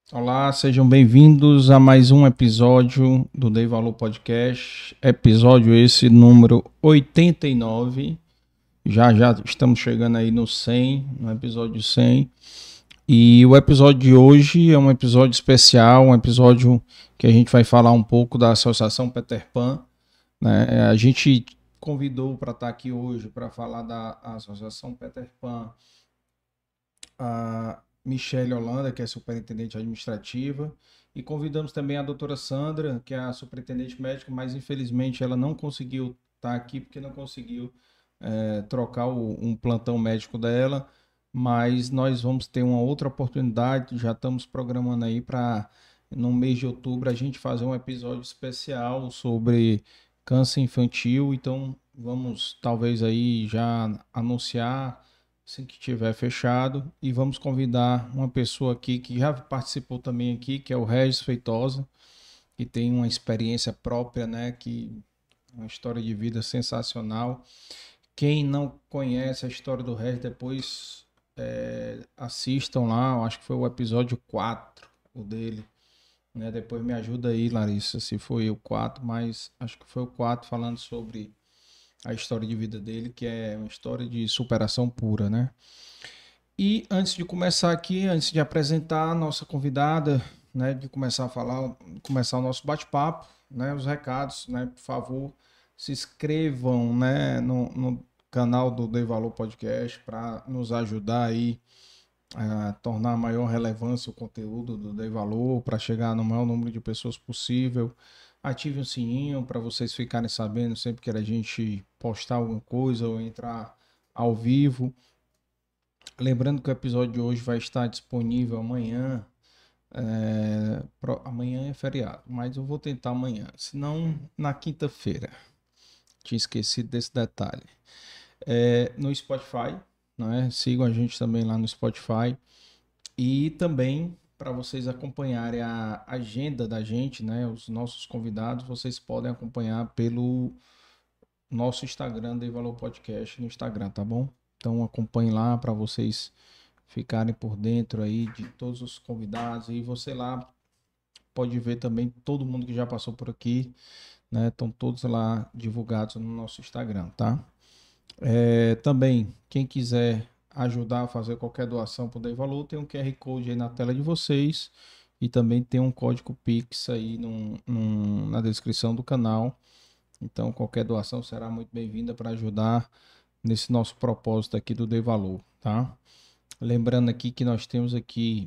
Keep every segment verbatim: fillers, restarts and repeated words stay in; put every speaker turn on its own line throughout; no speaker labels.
Olá, sejam bem-vindos a mais um episódio do Dei Valor Podcast, episódio esse número oitenta e nove. Já já estamos chegando aí no cem, no episódio cem. E o episódio de hoje é um episódio especial, um episódio que a gente vai falar um pouco da Associação Peter Pan, né? A gente convidou para estar aqui hoje para falar da Associação Peter Pan a Michelle Holanda, que é superintendente administrativa, e convidamos também a doutora Sandra, que é a superintendente médica, mas infelizmente ela não conseguiu estar aqui porque não conseguiu é, trocar o, um plantão médico dela, mas nós vamos ter uma outra oportunidade, já estamos programando aí para no mês de outubro a gente fazer um episódio especial sobre câncer infantil, então vamos talvez aí já anunciar assim que tiver fechado. E vamos convidar uma pessoa aqui que já participou também aqui, que é o Regis Feitosa, que tem uma experiência própria, né? Que uma história de vida sensacional. Quem não conhece a história do Regis, depois é, assistam lá. Eu acho que foi o episódio quatro, o dele. Né? Depois me ajuda aí, Larissa, se foi o quatro, mas acho que foi o quatro falando sobre a história de vida dele, que é uma história de superação pura, né? E antes de começar aqui, antes de apresentar a nossa convidada, né, de começar a falar, começar o nosso bate-papo, né, os recados, né, por favor, se inscrevam, né, no, no canal do Dei Valor Podcast para nos ajudar aí a tornar maior relevância o conteúdo do Dei Valor, para chegar no maior número de pessoas possível. Ative o sininho para vocês ficarem sabendo sempre que a gente postar alguma coisa ou entrar ao vivo. Lembrando que o episódio de hoje vai estar disponível amanhã. É, pro, amanhã é feriado, mas eu vou tentar amanhã, se não na quinta-feira. Tinha esquecido desse detalhe. É, no Spotify, né? Sigam a gente também lá no Spotify. E também para vocês acompanharem a agenda da gente, né? Os nossos convidados, vocês podem acompanhar pelo nosso Instagram, Dei Valor Podcast no Instagram, tá bom? Então acompanhe lá para vocês ficarem por dentro aí de todos os convidados. E você lá pode ver também todo mundo que já passou por aqui, né? Estão todos lá divulgados no nosso Instagram, tá? É, também, quem quiser ajudar a fazer qualquer doação para o Dei Valor, tem um Q R Code aí na tela de vocês e também tem um código Pix aí num, num, na descrição do canal. Então, qualquer doação será muito bem-vinda para ajudar nesse nosso propósito aqui do Dei Valor, tá? Lembrando aqui que nós temos aqui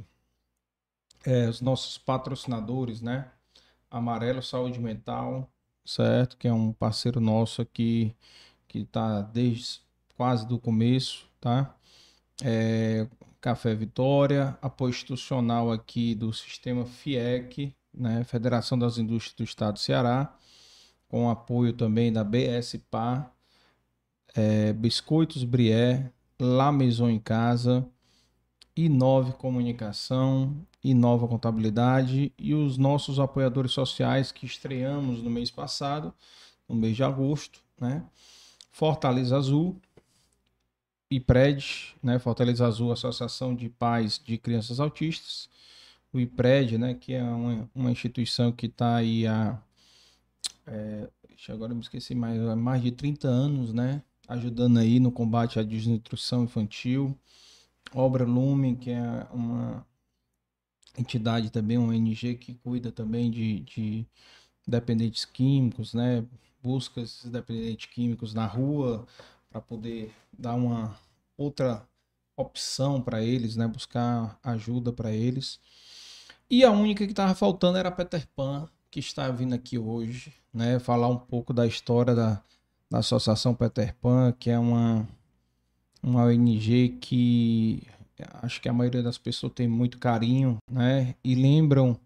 é, os nossos patrocinadores, né? Amarelo Saúde Mental, certo? Que é um parceiro nosso aqui que está desde quase do começo, tá? É, Café Vitória, apoio institucional aqui do sistema FIEC, né? Federação das Indústrias do Estado do Ceará, com apoio também da B S P A, é, Biscoitos Brié, La Maison em Casa, Inove Comunicação, Inova Contabilidade e os nossos apoiadores sociais que estreamos no mês passado, no mês de agosto, né? Fortaleza Azul, IPRED, né? Fortaleza Azul, Associação de Pais de Crianças Autistas, o IPRED, né? Que é uma, uma instituição que está aí há, é, agora eu me esqueci mais, há mais de trinta anos, né? Ajudando aí no combate à desnutrição infantil. Obra Lumen, que é uma entidade também, uma O N G que cuida também de, de dependentes químicos, né? Busca esses dependentes químicos na rua para poder dar uma outra opção para eles, né? Buscar ajuda para eles. E a única que estava faltando era a Peter Pan, que está vindo aqui hoje, né? Falar um pouco da história da, da Associação Peter Pan, que é uma, uma O N G que acho que a maioria das pessoas tem muito carinho, né? E lembram,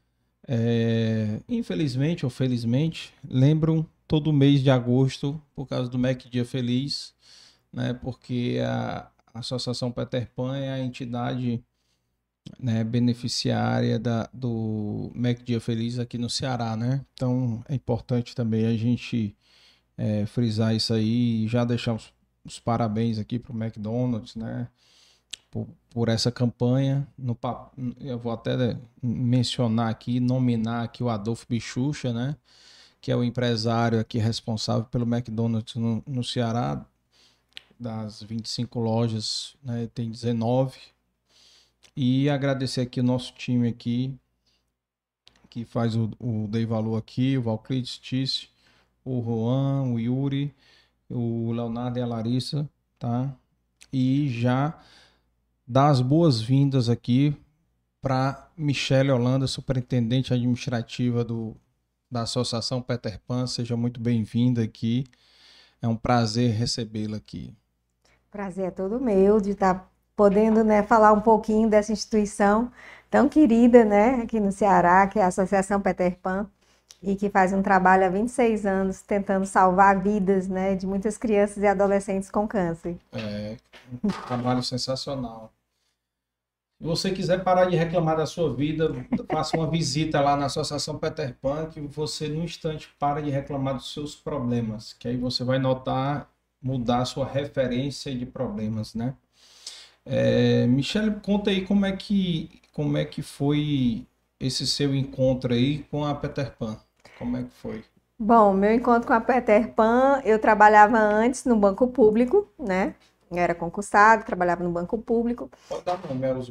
é, infelizmente ou felizmente, lembram todo mês de agosto por causa do Mac Dia Feliz, né? Porque a Associação Peter Pan é a entidade, né, beneficiária da, do Mac Dia Feliz aqui no Ceará, né? Então é importante também a gente é, frisar isso aí e já deixar os, os parabéns aqui para o McDonald's, né? por, por essa campanha. No, eu vou até mencionar aqui, nominar aqui o Adolfo Bichucha, né? Que é o empresário aqui responsável pelo McDonald's no, no Ceará. Das vinte e cinco lojas, né, tem dezenove. E agradecer aqui o nosso time aqui, que faz o, o Dei Valor aqui, o Valclides Tício, o Juan, o Yuri, o Leonardo e a Larissa, tá? E já dar as boas-vindas aqui para Michele Holanda, superintendente administrativa do, da Associação Peter Pan. Seja muito bem-vinda aqui. É um prazer recebê-la aqui.
Prazer é todo meu de estar podendo, né, falar um pouquinho dessa instituição tão querida, né, aqui no Ceará, que é a Associação Peter Pan, e que faz um trabalho há vinte e seis anos tentando salvar vidas, né, de muitas crianças e adolescentes com câncer.
É, um trabalho sensacional. Se você quiser parar de reclamar da sua vida, faça uma visita lá na Associação Peter Pan, que você, num instante, para de reclamar dos seus problemas, que aí você vai notar, mudar a sua referência de problemas, né? É, Michele, conta aí como é que, como é que foi esse seu encontro aí com a Peter Pan. Como é que foi?
Bom, meu encontro com a Peter Pan, eu trabalhava antes no banco público, né? Eu era concursado, trabalhava no banco público.
Pode dar nome aos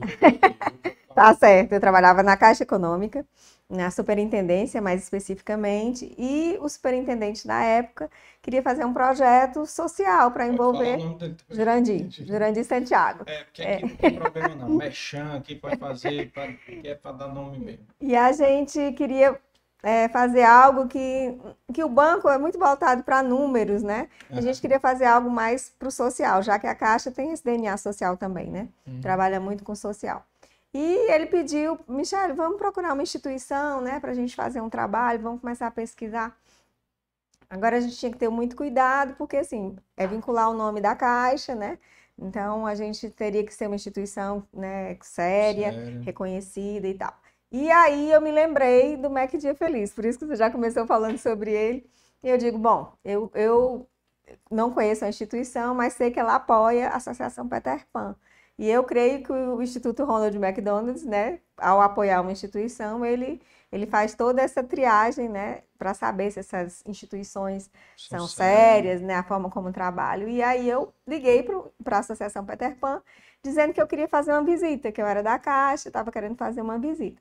Tá certo, eu trabalhava na Caixa Econômica, na superintendência mais especificamente, e o superintendente da época queria fazer um projeto social para envolver Jurandir, Jurandir Santiago.
É, porque aqui é. Não tem problema não, Mechan aqui pode fazer, pra, que é para dar nome mesmo.
E a gente queria é, fazer algo que, que o banco é muito voltado para números, né? A gente queria fazer algo mais para o social, já que a Caixa tem esse D N A social também, né? Uhum. Trabalha muito com social. E ele pediu, Michele, vamos procurar uma instituição, né, para a gente fazer um trabalho, vamos começar a pesquisar. Agora a gente tinha que ter muito cuidado, porque assim, é vincular o nome da Caixa, né? Então a gente teria que ser uma instituição, né, séria, Sério? reconhecida e tal. E aí eu me lembrei do Mac Dia Feliz, por isso que você já começou falando sobre ele. E eu digo, bom, eu, eu não conheço a instituição, mas sei que ela apoia a Associação Peter Pan. E eu creio que o Instituto Ronald McDonald, né, ao apoiar uma instituição, ele, ele faz toda essa triagem, né, para saber se essas instituições são, são sérias, né, a forma como trabalham. E aí eu liguei para a Associação Peter Pan, dizendo que eu queria fazer uma visita, que eu era da Caixa, estava querendo fazer uma visita.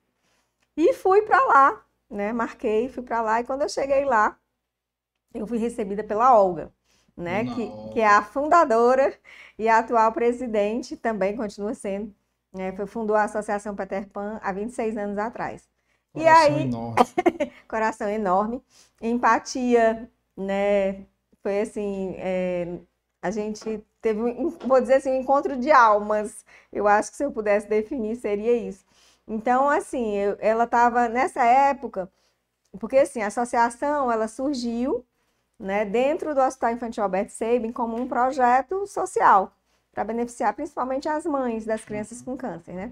E fui para lá, né, marquei, fui para lá, e quando eu cheguei lá, eu fui recebida pela Olga, né, que, que é a fundadora e a atual presidente, também continua sendo, né, fundou a Associação Peter Pan há vinte e seis anos atrás.
Coração e aí, enorme.
Coração enorme, empatia, né, foi assim, é, a gente teve, um, vou dizer assim, um encontro de almas, eu acho que se eu pudesse definir seria isso. Então, assim, eu, ela estava nessa época, porque assim, a associação, ela surgiu, né, dentro do Hospital Infantil Albert Sabin como um projeto social para beneficiar principalmente as mães das crianças com câncer, né?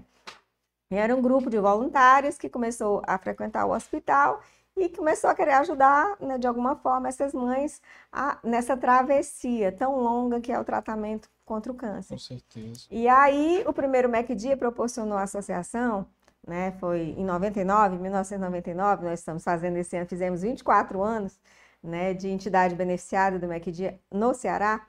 E era um grupo de voluntários que começou a frequentar o hospital e começou a querer ajudar, né, de alguma forma essas mães a, nessa travessia tão longa que é o tratamento contra o câncer.
Com certeza.
E aí o primeiro Mac Dia proporcionou a associação, né? Foi em noventa e nove, mil novecentos e noventa e nove, nós estamos fazendo esse ano, fizemos vinte e quatro anos. Né, de entidade beneficiada do Mac Dia no Ceará,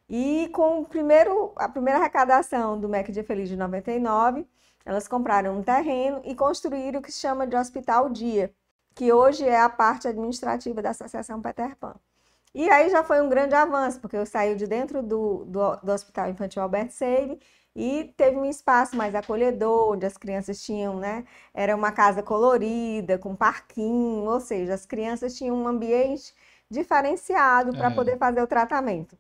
e com o primeiro, a primeira arrecadação do Mac Dia Feliz de noventa e nove, elas compraram um terreno e construíram o que se chama de Hospital Dia, que hoje é a parte administrativa da Associação Peter Pan. E aí já foi um grande avanço, porque eu saí de dentro do, do, do Hospital Infantil Albert Sabin e teve um espaço mais acolhedor, onde as crianças tinham, né, era uma casa colorida, com parquinho, ou seja, as crianças tinham um ambiente diferenciado para é. poder fazer o tratamento.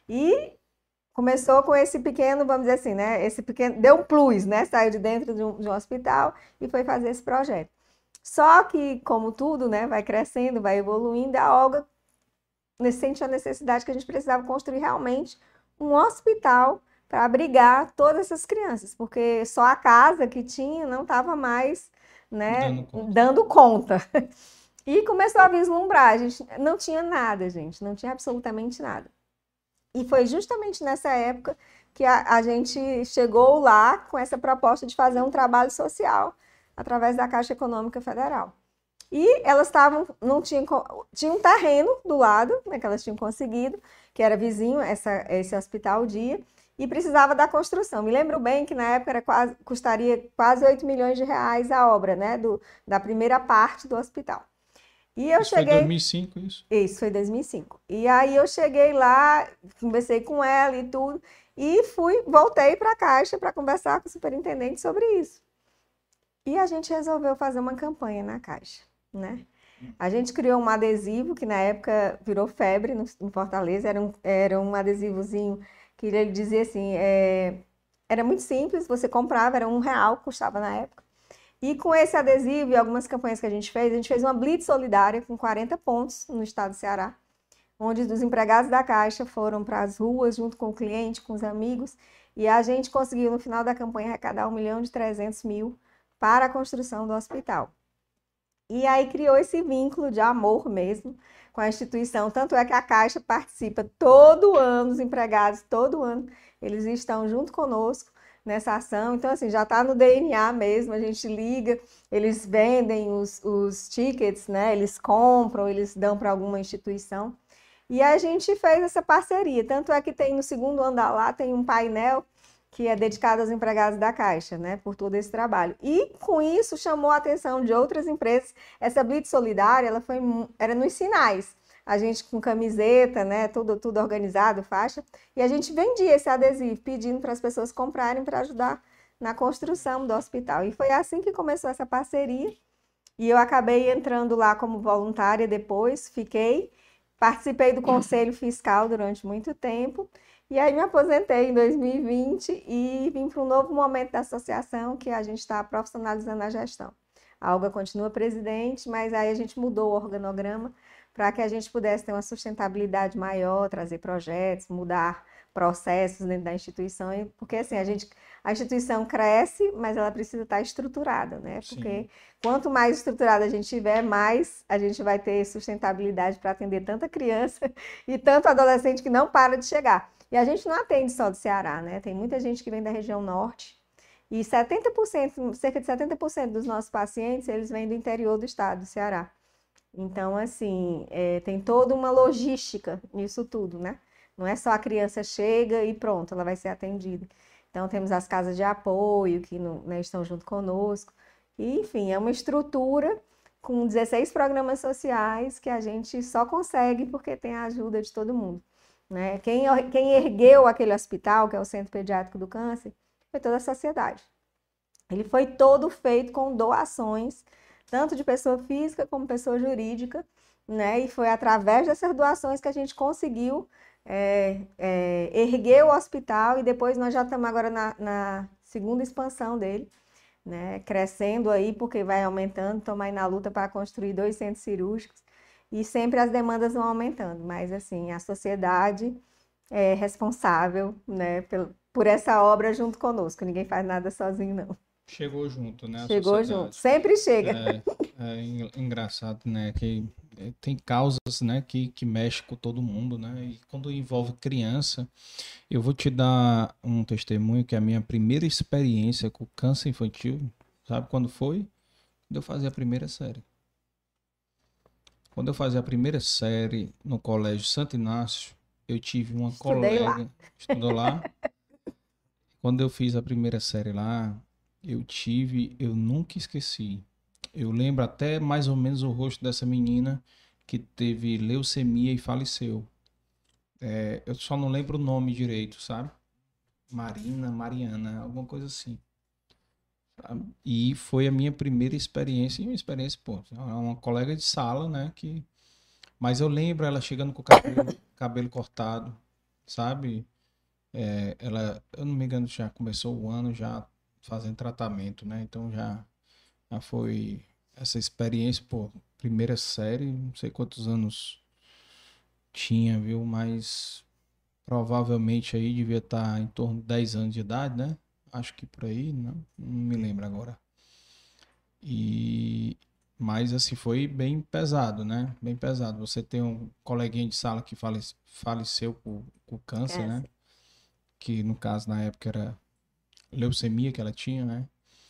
E começou com esse pequeno, vamos dizer assim, né, esse pequeno, deu um plus, né, saiu de dentro de um, de um hospital e foi fazer esse projeto. Só que, como tudo, né, vai crescendo, vai evoluindo, a Olga sentiu a necessidade que a gente precisava construir realmente um hospital para abrigar todas essas crianças, porque só a casa que tinha não estava mais, né, dando conta. dando conta. E começou a vislumbrar, a gente não tinha nada, gente, não tinha absolutamente nada. E foi justamente nessa época que a, a gente chegou lá com essa proposta de fazer um trabalho social através da Caixa Econômica Federal. E elas estavam, não tinham, tinha um terreno do lado, né, que elas tinham conseguido, que era vizinho essa, esse hospital dia, e precisava da construção. Me lembro bem que na época era quase, custaria quase oito milhões de reais a obra, né, do, da primeira parte do hospital. E eu
isso
cheguei...
foi em dois mil e cinco, isso?
Isso, foi em dois mil e cinco. E aí eu cheguei lá, conversei com ela e tudo, e fui, voltei para a Caixa para conversar com o superintendente sobre isso. E a gente resolveu fazer uma campanha na Caixa, né? A gente criou um adesivo que na época virou febre no, em Fortaleza, era um, era um adesivozinho que ele dizia assim, é, era muito simples, você comprava, era um real, custava na época. E com esse adesivo e algumas campanhas que a gente fez, a gente fez uma blitz solidária com quarenta pontos no estado do Ceará, onde os empregados da Caixa foram para as ruas junto com o cliente, com os amigos, e a gente conseguiu no final da campanha arrecadar um milhão de trezentos mil para a construção do hospital. E aí criou esse vínculo de amor mesmo com a instituição, tanto é que a Caixa participa todo ano, os empregados todo ano, eles estão junto conosco nessa ação, então assim, já está no D N A mesmo, a gente liga, eles vendem os, os tickets, né? Eles compram, eles dão para alguma instituição, e a gente fez essa parceria, tanto é que tem no segundo andar lá, tem um painel que é dedicado aos empregados da Caixa, né, por todo esse trabalho. E com isso chamou a atenção de outras empresas. Essa Blitz Solidária, ela foi, era nos sinais. A gente com camiseta, né, tudo, tudo organizado, faixa, e a gente vendia esse adesivo, pedindo para as pessoas comprarem para ajudar na construção do hospital. E foi assim que começou essa parceria. E eu acabei entrando lá como voluntária depois, fiquei, participei do Conselho Fiscal durante muito tempo. E aí me aposentei em dois mil e vinte e vim para um novo momento da associação, que a gente está profissionalizando a gestão. A Olga continua presidente, mas aí a gente mudou o organograma para que a gente pudesse ter uma sustentabilidade maior, trazer projetos, mudar processos dentro da instituição, porque assim, a gente, a instituição cresce, mas ela precisa estar estruturada, né? Porque Sim. quanto mais estruturada a gente tiver, mais a gente vai ter sustentabilidade para atender tanta criança e tanto adolescente que não para de chegar. E a gente não atende só do Ceará, né? Tem muita gente que vem da região norte e setenta por cento, cerca de setenta por cento dos nossos pacientes, eles vêm do interior do estado do Ceará. Então, assim, é, tem toda uma logística nisso tudo, né? Não é só a criança chega e pronto, ela vai ser atendida. Então, temos as casas de apoio que não, né, estão junto conosco. E, enfim, é uma estrutura com dezesseis programas sociais que a gente só consegue porque tem a ajuda de todo mundo. Né? Quem, quem ergueu aquele hospital, que é o Centro Pediátrico do Câncer, foi toda a sociedade. Ele foi todo feito com doações, tanto de pessoa física como pessoa jurídica, né? E foi através dessas doações que a gente conseguiu é, é, erguer o hospital, e depois nós já estamos agora na, na segunda expansão dele, né? Crescendo aí, porque vai aumentando, estamos aí na luta para construir dois centros cirúrgicos, e sempre as demandas vão aumentando, mas assim, a sociedade é responsável, né, por, por essa obra junto conosco, ninguém faz nada sozinho, não.
Chegou junto, né?
Chegou junto, sempre chega.
É, é engraçado, né, que tem causas, né, que, que mexem com todo mundo, né, e quando envolve criança, eu vou te dar um testemunho que é a minha primeira experiência com câncer infantil, sabe quando foi? Quando eu fazia a primeira série. Quando eu fazia a primeira série no Colégio Santo Inácio, eu tive uma
Estudei
colega,
lá.
estudou lá. Quando eu fiz a primeira série lá, eu tive, eu nunca esqueci. Eu lembro até mais ou menos o rosto dessa menina que teve leucemia e faleceu. É, eu só não lembro o nome direito, sabe? Marina, Mariana, alguma coisa assim. E foi a minha primeira experiência, e uma experiência, pô, uma colega de sala, né, que... Mas eu lembro ela chegando com o cabelo, cabelo cortado, sabe? É, ela, eu não me engano, já começou o ano já fazendo tratamento, né? Então já, já foi essa experiência, pô, primeira série, não sei quantos anos tinha, viu? Mas provavelmente aí devia estar em torno de dez anos de idade, né? Acho que por aí, não, não me lembro agora. E mas assim foi bem pesado, né? Bem pesado. Você tem um coleguinha de sala que falece, faleceu com, com câncer, câncer, né? que no caso na época era leucemia que ela tinha, né?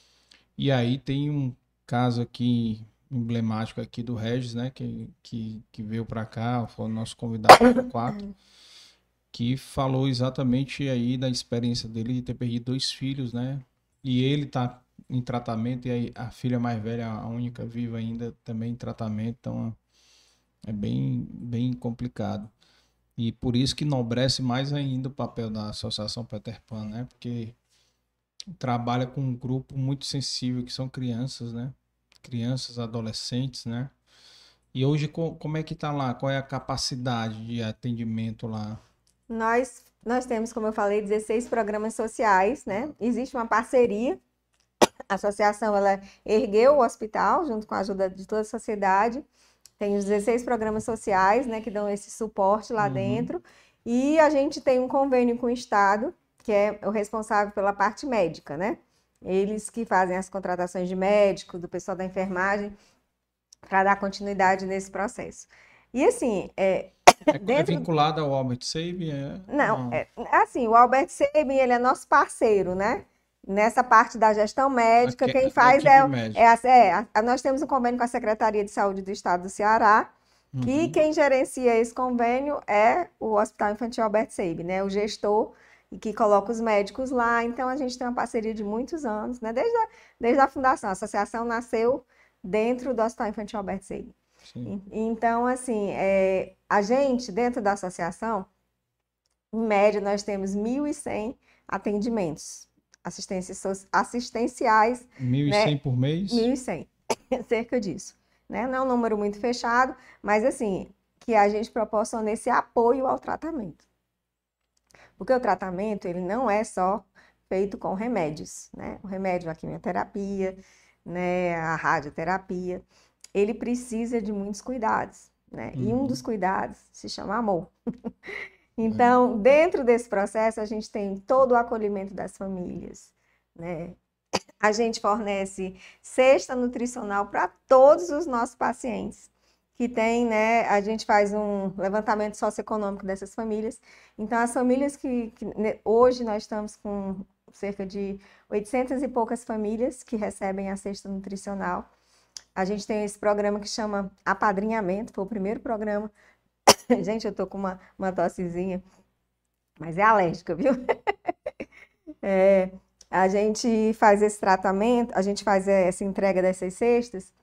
E aí tem um caso aqui emblemático aqui do Regis, né? Que, que, que veio para cá, foi o nosso convidado quatro, que falou exatamente aí da experiência dele de ter perdido dois filhos, né? E ele tá em tratamento e aí a filha mais velha, a única viva ainda, também em tratamento, então é bem, bem complicado. E por isso que enobrece mais ainda o papel da Associação Peter Pan, né? Porque trabalha com um grupo muito sensível, que são crianças, né? Crianças, adolescentes, né? E hoje, como é que tá lá? Qual é a capacidade de atendimento lá?
Nós, nós temos, como eu falei, dezesseis programas sociais, né? Existe uma parceria. A associação, ela ergueu o hospital, junto com a ajuda de toda a sociedade. Tem os dezesseis programas sociais, né, que dão esse suporte lá
Uhum.
dentro. E a gente tem um convênio com o Estado, que é o responsável pela parte médica, né? Eles que fazem as contratações de médico, do pessoal da enfermagem, para dar continuidade nesse processo. E assim, é,
É,
dentro...
é vinculado ao Albert Sabin? É...
Não,
Não.
é, assim, o Albert Sabin, ele é nosso parceiro, né? Nessa parte da gestão médica,
A,
quem
a
faz é,
médica.
é, a, é a, nós temos um convênio com a Secretaria de Saúde do Estado do Ceará,
Uhum.
que quem gerencia esse convênio é o Hospital Infantil Albert Sabin, né? O gestor e que coloca os médicos lá. Então a gente tem uma parceria de muitos anos, né? Desde a, desde a fundação, a associação nasceu dentro do Hospital Infantil Albert Sabin. Sim. Então, assim, é, a gente, dentro da associação, em média, nós temos mil e cem atendimentos assistenciais.
mil e cem, né? Por mês?
mil e cem, cerca disso. Né? Não é um número muito fechado, mas assim, que a gente proporciona esse apoio ao tratamento. Porque o tratamento, ele não é só feito com remédios, né? O remédio, a quimioterapia, né? A radioterapia, ele precisa de muitos cuidados, né? Uhum. E um dos cuidados se chama amor. Então, dentro desse processo, a gente tem todo o acolhimento das famílias, né? A gente fornece cesta nutricional para todos os nossos pacientes que tem, né? A gente faz um levantamento socioeconômico dessas famílias. Então, as famílias que, que hoje nós estamos com cerca de oitocentas e poucas famílias que recebem a cesta nutricional. A gente tem esse programa que chama Apadrinhamento, foi o primeiro programa. Gente, eu tô com uma, uma tossezinha, mas é alérgica, viu? É, a gente faz esse tratamento, a gente faz essa entrega dessas cestas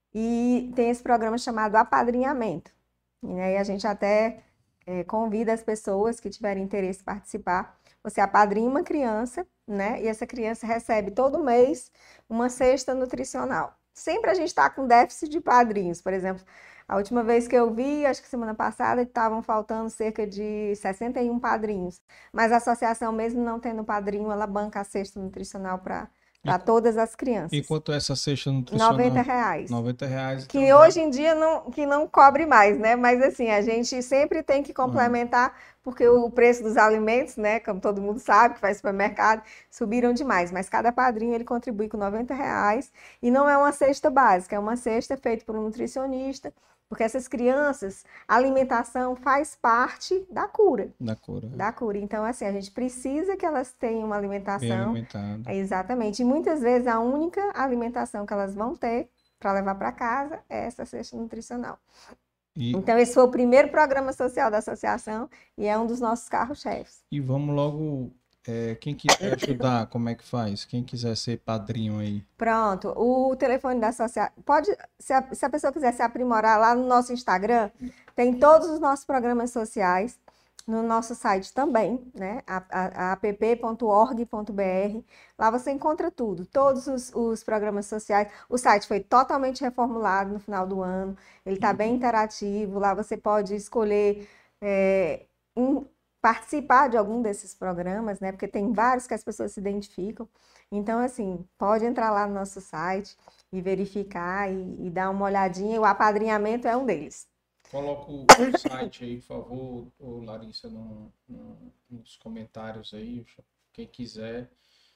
e tem esse programa chamado Apadrinhamento. E aí a gente até é, convida as pessoas que tiverem interesse em participar. Você apadrinha uma criança, né? E essa criança recebe todo mês uma cesta nutricional. Sempre a gente está com déficit de padrinhos, por exemplo. A última vez que eu vi, acho que semana passada, estavam faltando cerca de sessenta e um padrinhos. Mas a associação, mesmo não tendo padrinho, ela banca a cesta nutricional para todas as crianças.
E quanto é essa cesta nutricional?
noventa reais.
noventa reais.
Que então hoje já... em dia não, que não cobre mais, né? Mas assim, a gente sempre tem que complementar, uhum. porque o preço dos alimentos, né? Como todo mundo sabe, que faz supermercado, subiram demais. Mas cada padrinho, ele contribui com noventa reais. E não é uma cesta básica, é uma cesta feita por um nutricionista. Porque essas crianças, a alimentação faz parte da cura.
Da cura.
Da cura. Então, assim, a gente precisa que elas tenham uma alimentação.
Bem alimentada.
Exatamente. E muitas vezes a única alimentação que elas vão ter para levar para casa é essa cesta nutricional. E... Então, esse foi o primeiro programa social da associação e é um dos nossos carros-chefes.
E vamos logo. É, quem quiser ajudar, como é que faz? Quem quiser ser padrinho aí?
Pronto, o telefone da associação, pode, se a, se a pessoa quiser se aprimorar lá no nosso Instagram, tem todos os nossos programas sociais, no nosso site também, né, app ponto org ponto br, lá você encontra tudo, todos os, os programas sociais, o site foi totalmente reformulado no final do ano, ele está bem interativo, lá você pode escolher é, um, participar de algum desses programas, né? Porque tem vários que as pessoas se identificam. Então, assim, pode entrar lá no nosso site e verificar e, e dar uma olhadinha. O apadrinhamento é um deles.
Coloca o site aí, por favor, ou Larissa, no, no, nos comentários aí. Quem quiser,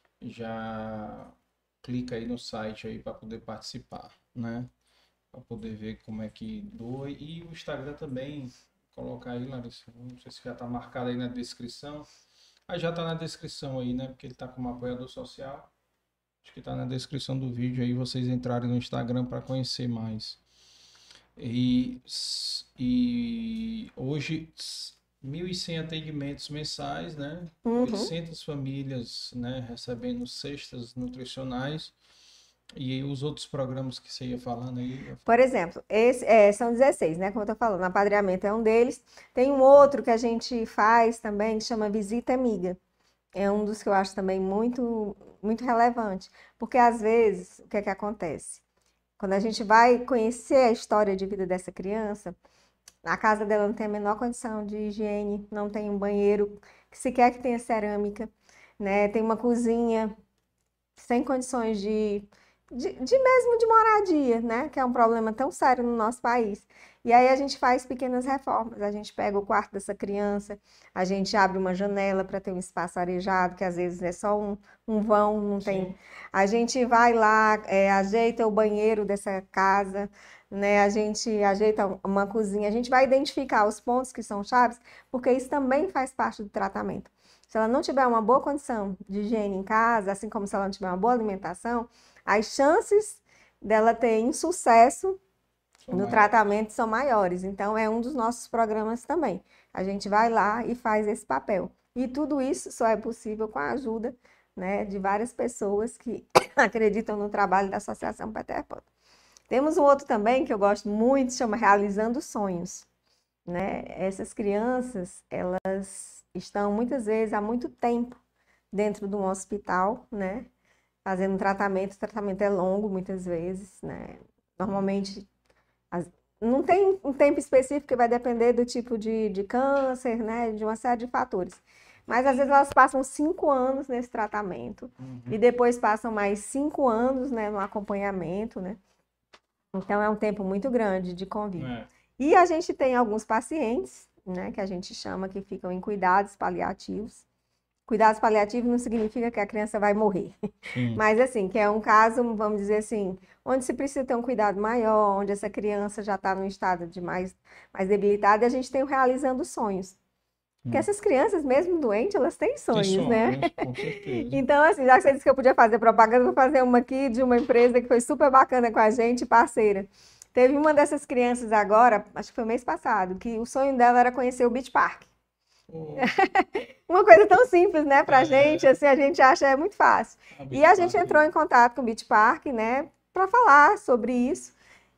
já clica aí no site aí para poder participar, né? Para poder ver como é que doa. E o Instagram também. Colocar aí, Larissa, não sei se já está marcado aí na descrição, Aí já tá na descrição aí, né? Porque ele tá como apoiador social. Acho que tá na descrição do vídeo aí, vocês entrarem no Instagram para conhecer mais. E, e hoje mil e cem atendimentos mensais, né?
Uhum.
oitocentas famílias, né, recebendo cestas nutricionais. E os outros programas que você ia falando aí?
Por exemplo, esse, é, são dezesseis, né? Como eu tô falando, apadrinhamento é um deles. Tem um outro que a gente faz também, que chama Visita Amiga. É um dos que eu acho também muito, muito relevante. Porque às vezes, o que é que acontece? Quando a gente vai conhecer a história de vida dessa criança, a casa dela não tem a menor condição de higiene, não tem um banheiro que sequer que tenha cerâmica, né? Tem uma cozinha sem condições de, de, de mesmo de moradia, né? Que é um problema tão sério no nosso país. E aí a gente faz pequenas reformas, a gente pega o quarto dessa criança, a gente abre uma janela para ter um espaço arejado, que às vezes é só um, um vão, não tem.
Sim.
A gente vai lá, é, ajeita o banheiro dessa casa, né? A gente ajeita uma cozinha, a gente vai identificar os pontos que são chaves, porque isso também faz parte do tratamento. Se ela não tiver uma boa condição de higiene em casa, assim como se ela não tiver uma boa alimentação, as chances dela ter insucesso
São
no
maiores.
tratamento são maiores. Então, é um dos nossos programas também. A gente vai lá e faz esse papel. E tudo isso só é possível com a ajuda, né, de várias pessoas que acreditam no trabalho da Associação Peter Pan. Temos um outro também que eu gosto muito, chama Realizando Sonhos, né? Essas crianças, elas estão muitas vezes há muito tempo dentro de um hospital, né? Fazendo tratamento, o tratamento é longo muitas vezes, né? Normalmente as- não tem um tempo específico que vai depender do tipo de, de câncer, né? De uma série de fatores. Mas às vezes elas passam cinco anos nesse tratamento
Uhum.
e depois passam mais cinco anos, né, no acompanhamento, né? Então é um tempo muito grande de convívio.
É.
E a gente tem alguns pacientes, né, que a gente chama que ficam em cuidados paliativos. Cuidados paliativos não significa que a criança vai morrer,
Sim.
mas assim, que é um caso, vamos dizer assim, onde se precisa ter um cuidado maior, onde essa criança já está num estado de mais, mais debilitado, e a gente tem o Realizando Sonhos. Porque
Hum.
essas crianças, mesmo doentes, elas têm
Tem
sonhos, né?
sonhos, com certeza.
Então, assim, já que você disse que eu podia fazer propaganda, vou fazer uma aqui de uma empresa que foi super bacana com a gente, parceira. Teve uma dessas crianças agora, acho que foi mês passado, que o sonho dela era conhecer o Beach Park.
Oh,
Uma coisa tão simples, né, pra
É.
gente, assim, a gente acha é muito fácil.
a
E a
Beach
gente
Park.
entrou em contato com o Beach Park, né, para falar sobre isso.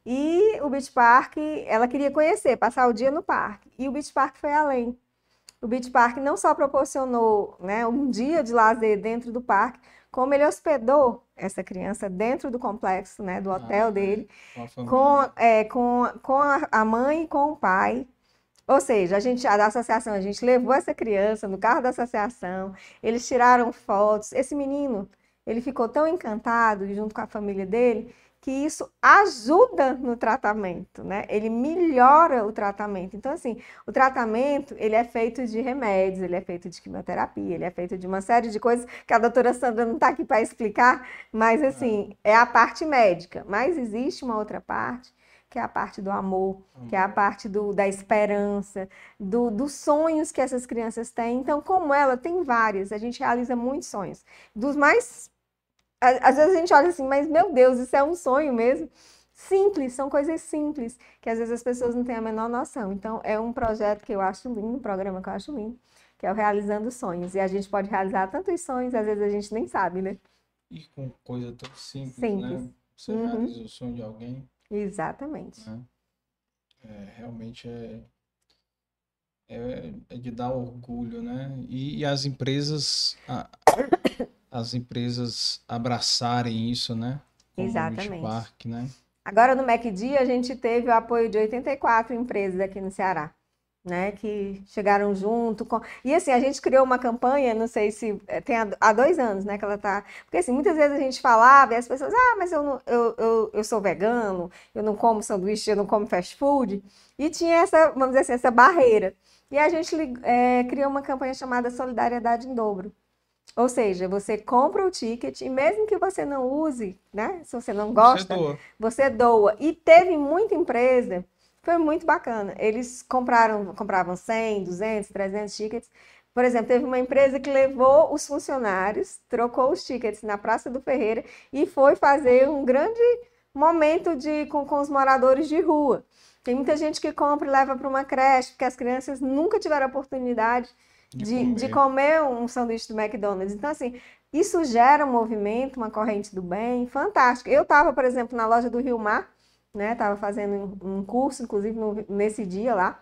E o Beach Park, ela queria conhecer, passar o dia no parque. E o Beach Park foi além. O Beach Park não só proporcionou, né, um dia de lazer dentro do parque, como ele hospedou essa criança dentro do complexo, né, do hotel
Ah,
dele,
com a família.
com, é, com, com a a mãe e com o pai. Ou seja, a gente, a da associação, a gente levou essa criança no carro da associação, eles tiraram fotos. Esse menino, ele ficou tão encantado junto com a família dele, que isso ajuda no tratamento, né? Ele melhora o tratamento. Então, assim, o tratamento, ele é feito de remédios, ele é feito de quimioterapia, ele é feito de uma série de coisas que a doutora Sandra não está aqui para explicar, mas, assim, é a parte médica. Mas existe uma outra parte, que é a parte do amor, que é a parte do, da esperança, do, dos sonhos que essas crianças têm. Então, como ela tem várias, a gente realiza muitos sonhos. Dos mais... Às vezes a gente olha assim, mas meu Deus, isso é um sonho mesmo? Simples, são coisas simples, que às vezes as pessoas não têm a menor noção. Então, é um projeto que eu acho lindo, um programa que eu acho lindo, que é o Realizando Sonhos. E a gente pode realizar tantos sonhos, às vezes a gente nem sabe, né?
E com coisa tão simples,
Simples.
né? Você
Uhum.
realiza o sonho de alguém,
Exatamente.
né? É, realmente é, é, é de dar orgulho, né? E, e as empresas, a- as empresas abraçarem isso, né? Como o Beach
Exatamente.
Park, né?
Agora no MacD a gente teve o apoio de oitenta e quatro empresas aqui no Ceará, né, que chegaram junto com... E assim, a gente criou uma campanha, não sei se eh, tem há há dois anos, né, que ela tá... Porque assim, muitas vezes a gente falava e as pessoas, ah, mas eu, não, eu, eu, eu sou vegano, eu não como sanduíche, eu não como fast food. E tinha essa, vamos dizer assim, essa barreira. E a gente eh, criou uma campanha chamada Solidariedade em Dobro. Ou seja, você compra o ticket e mesmo que você não use, né? Se você não
Você
gosta,
doa.
você doa. E teve muita empresa, foi muito bacana. Eles compraram, compravam cem, duzentos, trezentos tickets, Por exemplo, teve uma empresa que levou os funcionários, trocou os tickets na Praça do Ferreira e foi fazer um grande momento de, com, com os moradores de rua. Tem muita gente que compra e leva para uma creche, porque as crianças nunca tiveram a oportunidade de, de, comer. de comer um sanduíche do McDonald's. Então, assim, isso gera um movimento, uma corrente do bem, fantástico. Eu estava, por exemplo, na loja do Rio Mar, né? Estava fazendo um curso, inclusive, no, nesse dia lá.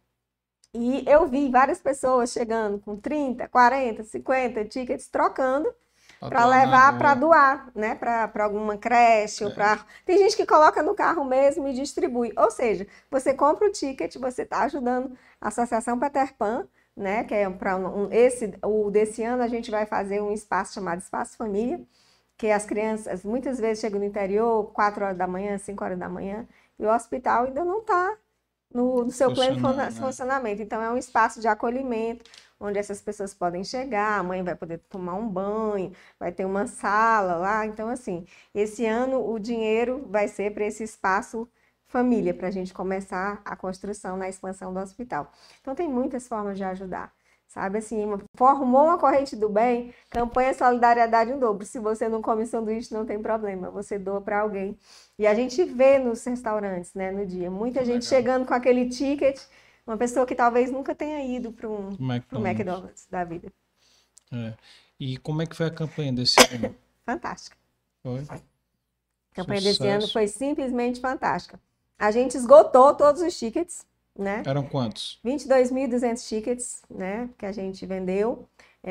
E eu vi várias pessoas chegando com trinta, quarenta, cinquenta tickets, trocando para levar para doar, né? Para alguma creche é. ou para... Tem gente que coloca no carro mesmo e distribui. Ou seja, você compra o ticket, você está ajudando a Associação Peter Pan, né? Que é para um, esse, o desse ano a gente vai fazer um espaço chamado Espaço Família, que as crianças muitas vezes chegam no interior, quatro horas da manhã, cinco horas da manhã, e o hospital ainda não está no, no seu pleno né? funcionamento. Então, é um espaço de acolhimento, onde essas pessoas podem chegar, a mãe vai poder tomar um banho, vai ter uma sala lá. Então, assim, esse ano o dinheiro vai ser para esse espaço família, para a gente começar a construção na expansão do hospital. Então, tem muitas formas de ajudar. Sabe assim, formou uma corrente do bem, campanha Solidariedade em Dobro. Se você não come sanduíche, não tem problema, você doa para alguém. E a gente vê nos restaurantes, né, no dia, muita gente legal. Chegando com aquele ticket, uma pessoa que talvez nunca tenha ido para um McDonald's. McDonald's da vida.
É. E como é que foi a campanha desse ano?
Fantástica.
Foi?
A campanha Sucesso. Desse ano foi simplesmente fantástica. A gente esgotou todos os tickets. Né?
Eram quantos?
vinte e dois mil e duzentos tickets, né, que a gente vendeu.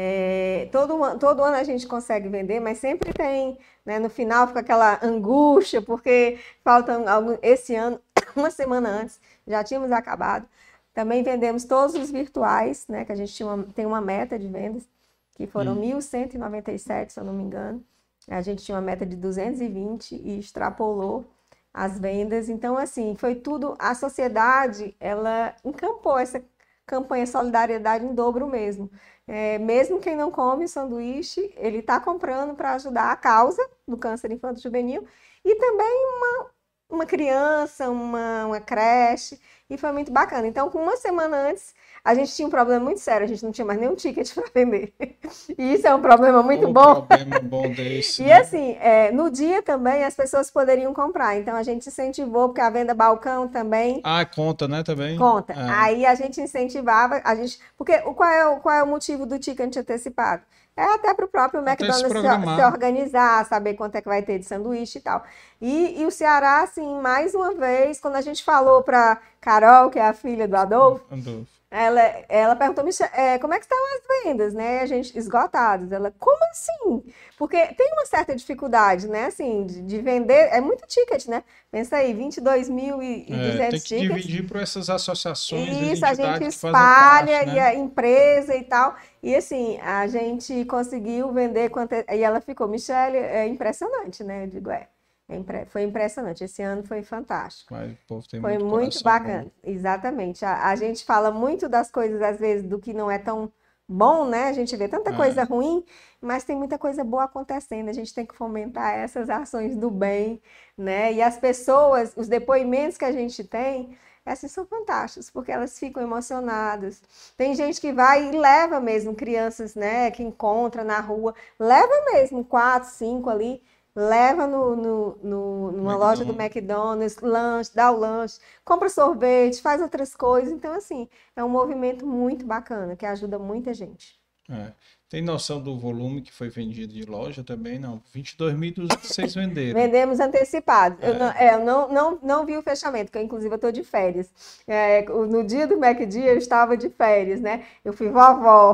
É, todo, todo ano a gente consegue vender, mas sempre tem, né, no final fica aquela angústia, porque faltam algum, esse ano, uma semana antes, já tínhamos acabado. Também vendemos todos os virtuais, né, que a gente tinha uma, tem uma meta de vendas, que foram hum. mil cento e noventa e sete, se eu não me engano. A gente tinha uma meta de duzentos e vinte e extrapolou as vendas. Então, assim, foi tudo, a sociedade, ela encampou essa campanha Solidariedade em Dobro mesmo. É, mesmo quem não come sanduíche, ele está comprando para ajudar a causa do câncer infanto-juvenil e também uma, uma criança, uma, uma creche, e foi muito bacana. Então, com uma semana antes, a gente tinha um problema muito sério, a gente não tinha mais nenhum ticket para vender. E isso é um problema muito
um
bom.
problema bom desse,
e
né?
assim, é, no dia também as pessoas poderiam comprar, então a gente incentivou, porque a venda balcão também...
Ah, conta, né, também?
Conta.
É.
Aí a gente incentivava, a gente... Porque qual é, o, qual é o motivo do ticket antecipado? É até para o próprio McDonald's se, se organizar, saber quanto é que vai ter de sanduíche e tal. E, e o Ceará, assim, mais uma vez, quando a gente falou para Carol, que é a filha do Adolfo,
Adolfo.
Ela, ela perguntou, é, como é que estão as vendas, né? A gente, esgotadas. Ela, como assim? Porque tem uma certa dificuldade, né? Assim, de, de vender, é muito ticket, né? Pensa aí, vinte e dois mil e duzentos
é, tem que
tickets.
dividir por essas associações.
Isso, a gente espalha,
parte, né?
E a empresa e tal. E assim, a gente conseguiu vender, quanto, e ela ficou, Michele, é impressionante, né? Eu digo, é. Foi impressionante, esse ano foi fantástico.
Mas o povo tem
foi
muito,
muito bacana, bom. Exatamente. A, a gente fala muito das coisas, às vezes, do que não é tão bom, né? A gente vê tanta é. coisa ruim, mas tem muita coisa boa acontecendo. A gente tem que fomentar essas ações do bem, né? E as pessoas, os depoimentos que a gente tem, essas são fantásticos, porque elas ficam emocionadas. Tem gente que vai e leva mesmo crianças, né? Que encontra na rua, leva mesmo quatro, cinco ali, leva no, no, no, numa McDonald's. Loja do McDonald's, lanche, dá o lanche, compra sorvete, faz outras coisas. Então, assim, é um movimento muito bacana, que ajuda muita gente.
É. Tem noção do volume que foi vendido de loja também? Não, vinte e dois mil e duzentos vocês venderam.
Vendemos antecipado. É. Eu, não, é, eu não, não, não vi o fechamento, porque inclusive eu estou de férias. É, no dia do McDia eu estava de férias, né? Eu fui vovó.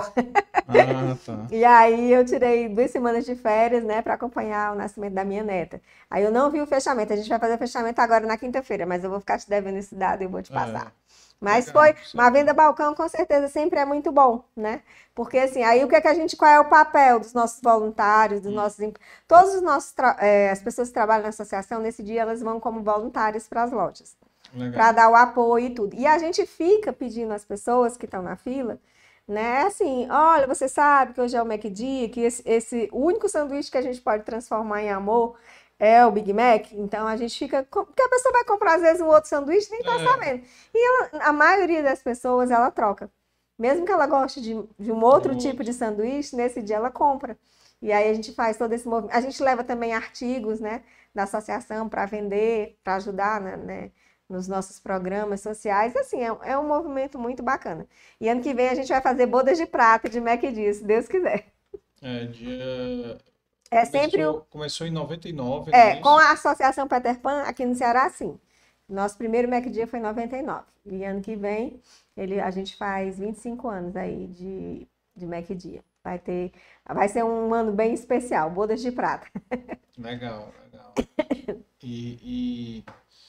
Ah, tá.
E aí eu tirei duas semanas de férias, né, para acompanhar o nascimento da minha neta. Aí eu não vi o fechamento. A gente vai fazer o fechamento agora na quinta-feira, mas eu vou ficar te devendo esse dado e eu vou te passar. É. Mas legal, foi uma venda balcão, com certeza, sempre é muito bom, né? Porque assim, aí o que é que a gente, qual é o papel dos nossos voluntários, dos hum. nossos, todos os nossos, é, as pessoas que trabalham na associação, nesse dia elas vão como voluntárias para as lojas, para dar o apoio e tudo. E a gente fica pedindo às pessoas que estão na fila, né? Assim, olha, você sabe que hoje é o McDia, que esse, esse o único sanduíche que a gente pode transformar em amor é o Big Mac, então a gente fica... Porque a pessoa vai comprar, às vezes, um outro sanduíche e nem tá é. sabendo. E ela, a maioria das pessoas, ela troca. mesmo que ela goste de, de um outro
Um
tipo
outro.
de sanduíche, nesse dia ela compra. E aí a gente faz todo esse movimento. A gente leva também artigos, né, da associação para vender, para ajudar, né, né, nos nossos programas sociais. Assim, é, é um movimento muito bacana. E ano que vem a gente vai fazer bodas de prata de Mac Dia, se Deus quiser.
É, dia...
É sempre o,
Começou, começou em noventa e nove, não
é,
é
com
isso?
a Associação Peter Pan, aqui no Ceará, sim. Nosso primeiro Mac Dia foi em noventa e nove. E ano que vem, ele, a gente faz vinte e cinco anos aí de, de Mac Dia. Vai ter, vai ser um ano bem especial, bodas de prata.
Legal, legal. E, e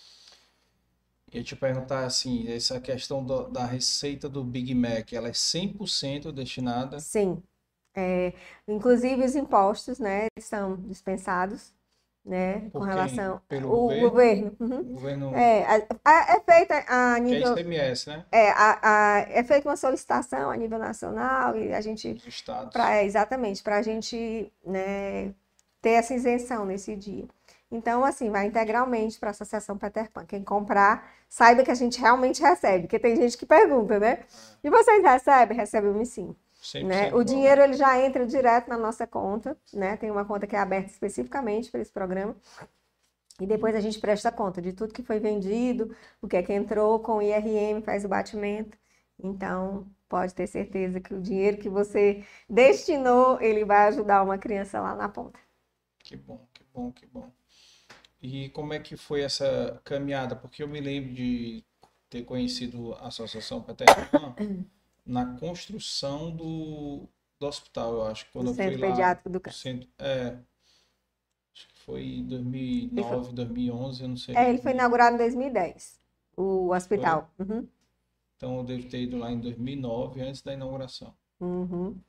ia te perguntar assim, essa questão do- da receita do Big Mac, ela é cem por cento destinada
Sim. É, inclusive os impostos, né, eles são dispensados, né, com
por quem?
relação
Pelo
o
governo?
governo. Uhum.
O governo
É, a- a- é feita a
que é
nível,
I C M S, né?
é, a, a- é feita uma solicitação a nível nacional e a gente,
Dos estados.
pra, exatamente, para a gente, né, ter essa isenção nesse dia. Então, assim, vai integralmente para a Associação Peter Pan. Quem comprar, saiba que a gente realmente recebe, porque tem gente que pergunta, né? E vocês recebem? Recebemos sim. Né?
cem por cento
O
igual.
dinheiro ele já entra direto na nossa conta, né? Tem uma conta que é aberta especificamente para esse programa. E depois a gente presta conta de tudo que foi vendido, o que é que entrou com o I R M, faz o batimento. Então, pode ter certeza que o dinheiro que você destinou, ele vai ajudar uma criança lá na ponta.
Que bom, que bom, que bom. E como é que foi essa caminhada? Porque eu me lembro de ter conhecido a Associação Peter Pan na construção do, do hospital, eu acho.
No
Quando eu fui
Centro
lá,
Pediátrico do
no
Câncer.
centro, é, acho que foi em
Ele foi,
dois mil e nove, dois mil e onze, eu não sei
é, ele
muito
foi
bem.
inaugurado em dois mil e dez, o
Foi?
hospital. Uhum,
Então eu devo ter ido lá em dois mil e nove, antes da inauguração.
uhum.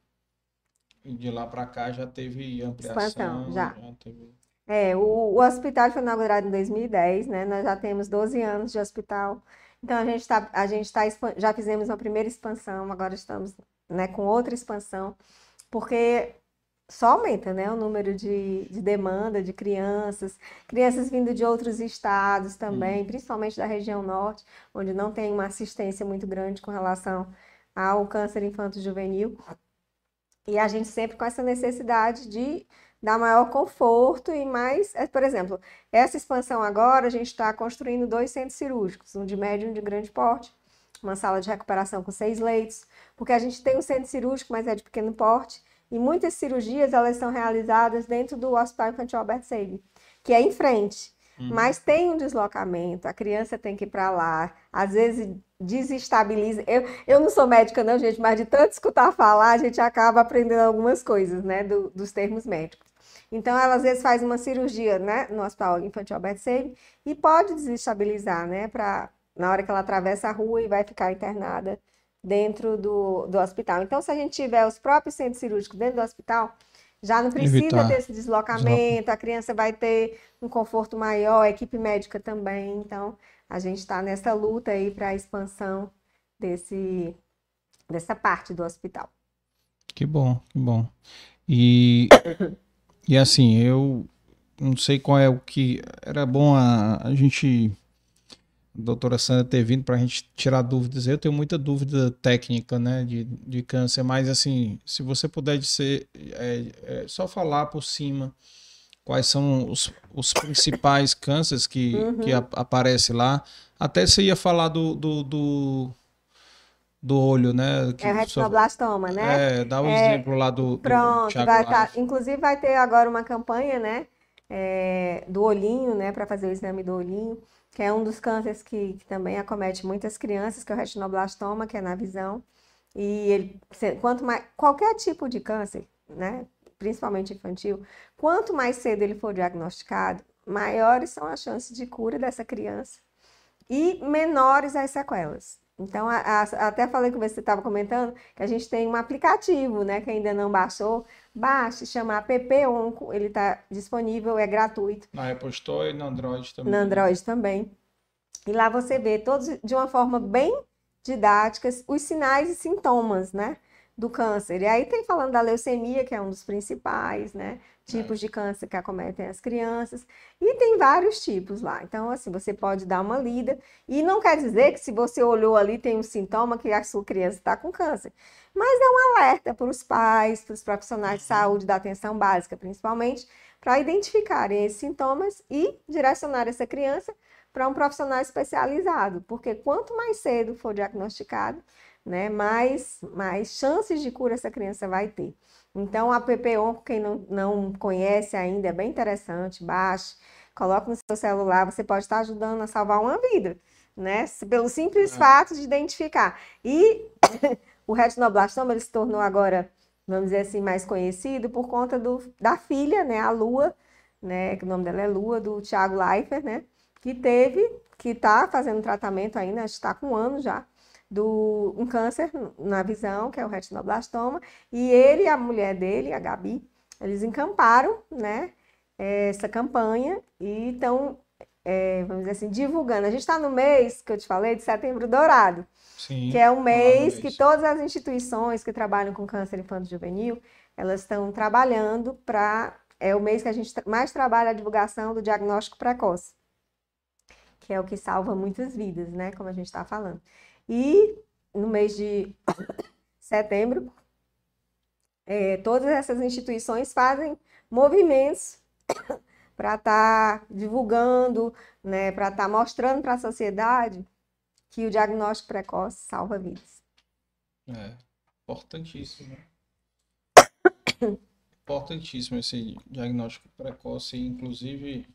E de lá para cá já teve
Expansão,
ampliação,
já.
já teve.
É, o, o hospital foi inaugurado em dois mil e dez, né? Nós já temos doze anos de hospital. Então a gente está, a gente tá, expan- já fizemos uma primeira expansão, agora estamos, né, com outra expansão, porque só aumenta, né, o número de, de demanda de crianças, crianças vindo de outros estados também,
Hum,
principalmente da região norte, onde não tem uma assistência muito grande com relação ao câncer infanto-juvenil. E a gente sempre com essa necessidade de dar maior conforto e mais, é, por exemplo, essa expansão agora, a gente está construindo dois centros cirúrgicos, um de médio e um de grande porte, uma sala de recuperação com seis leitos, porque a gente tem um centro cirúrgico, mas é de pequeno porte, e muitas cirurgias elas são realizadas dentro do Hospital Infantil Albert Sabin, que é em frente.
uhum.
Mas tem um deslocamento, a criança tem que ir para lá, às vezes desestabiliza. Eu, eu não sou médica, não, gente, mas de tanto escutar falar, a gente acaba aprendendo algumas coisas, né, do, dos termos médicos. Então, ela às vezes faz uma cirurgia, né, no Hospital Infantil Albert Sabin e pode desestabilizar, né, para na hora que ela atravessa a rua e vai ficar internada dentro do, do hospital. Então, se a gente tiver os próprios centros cirúrgicos dentro do hospital, já não precisa ter
Evitar.
esse deslocamento, a criança vai ter um conforto maior, a equipe médica também. Então, a gente está nessa luta aí para a expansão desse, dessa parte do hospital.
Que bom, que bom. E, e assim, eu não sei qual é o que. Era bom a, a gente, a doutora Sandra, ter vindo para a gente tirar dúvidas. Eu tenho muita dúvida técnica, né, de, de câncer, mas assim, se você puder dizer, é, é, só falar por cima quais são os, os principais cânceres que, que
Uhum.
a, aparece lá. Até você ia falar do, do, do, do olho, né?
É o
Que só,
retinoblastoma, né?
é, dá o
É,
exemplo lá do, do
pronto,
Thiago
vai tá,
Life.
inclusive vai ter agora uma campanha, né, é, do olhinho, né, para fazer o exame do olhinho, que é um dos cânceres que, que também acomete muitas crianças, que é o retinoblastoma, que é na visão. E ele, se- quanto mais, qualquer tipo de câncer, né, principalmente infantil, quanto mais cedo ele for diagnosticado, maiores são as chances de cura dessa criança e menores as sequelas. Então, a- a- até falei com você, estava comentando, que a gente tem um aplicativo, né, que ainda não baixou, baixe, chama app Onco, ele está disponível, é gratuito,
Na Apple Store e no Android
no
também, né?
Android também. E lá você vê todos de uma forma bem didática os sinais e sintomas, né, do câncer. E aí tem falando da leucemia, que é um dos principais, né? Tipos
É.
de câncer que acometem as crianças. E tem vários tipos lá. Então, assim, você pode dar uma lida. E não quer dizer que se você olhou ali tem um sintoma que a sua criança está com câncer. Mas é um alerta para os pais, para os profissionais de saúde da atenção básica, principalmente, para identificarem esses sintomas e direcionar essa criança para um profissional especializado. Porque quanto mais cedo for diagnosticado, né, mais, mais chances de cura essa criança vai ter. Então, a P P Onco, quem não, não conhece ainda, é bem interessante, baixe, coloque no seu celular, você pode estar ajudando a salvar uma vida, né? Pelo simples
É.
fato de identificar. E o retinoblastoma, ele se tornou agora, vamos dizer assim, mais conhecido por conta do, da filha, né, a Lua, né, que o nome dela é Lua, do Thiago Leifert, né, que teve, que está fazendo tratamento ainda, acho que está com um ano já, do um câncer na visão, que é o retinoblastoma, e ele e a mulher dele, a Gabi, eles encamparam, né, essa campanha e estão, é, vamos dizer assim, divulgando. A gente está no mês, que eu te falei, de Setembro Dourado,
Sim,
que é um mês
mês.
que todas as instituições que trabalham com câncer infanto-juvenil, elas estão trabalhando para... É o mês que a gente mais trabalha a divulgação do diagnóstico precoce, que é o que salva muitas vidas, né, como a gente está falando. E no mês de setembro, é, todas essas instituições fazem movimentos para estar tá divulgando, né, para estar tá mostrando para a sociedade que o diagnóstico precoce salva vidas.
É, importantíssimo. Importantíssimo esse diagnóstico precoce, inclusive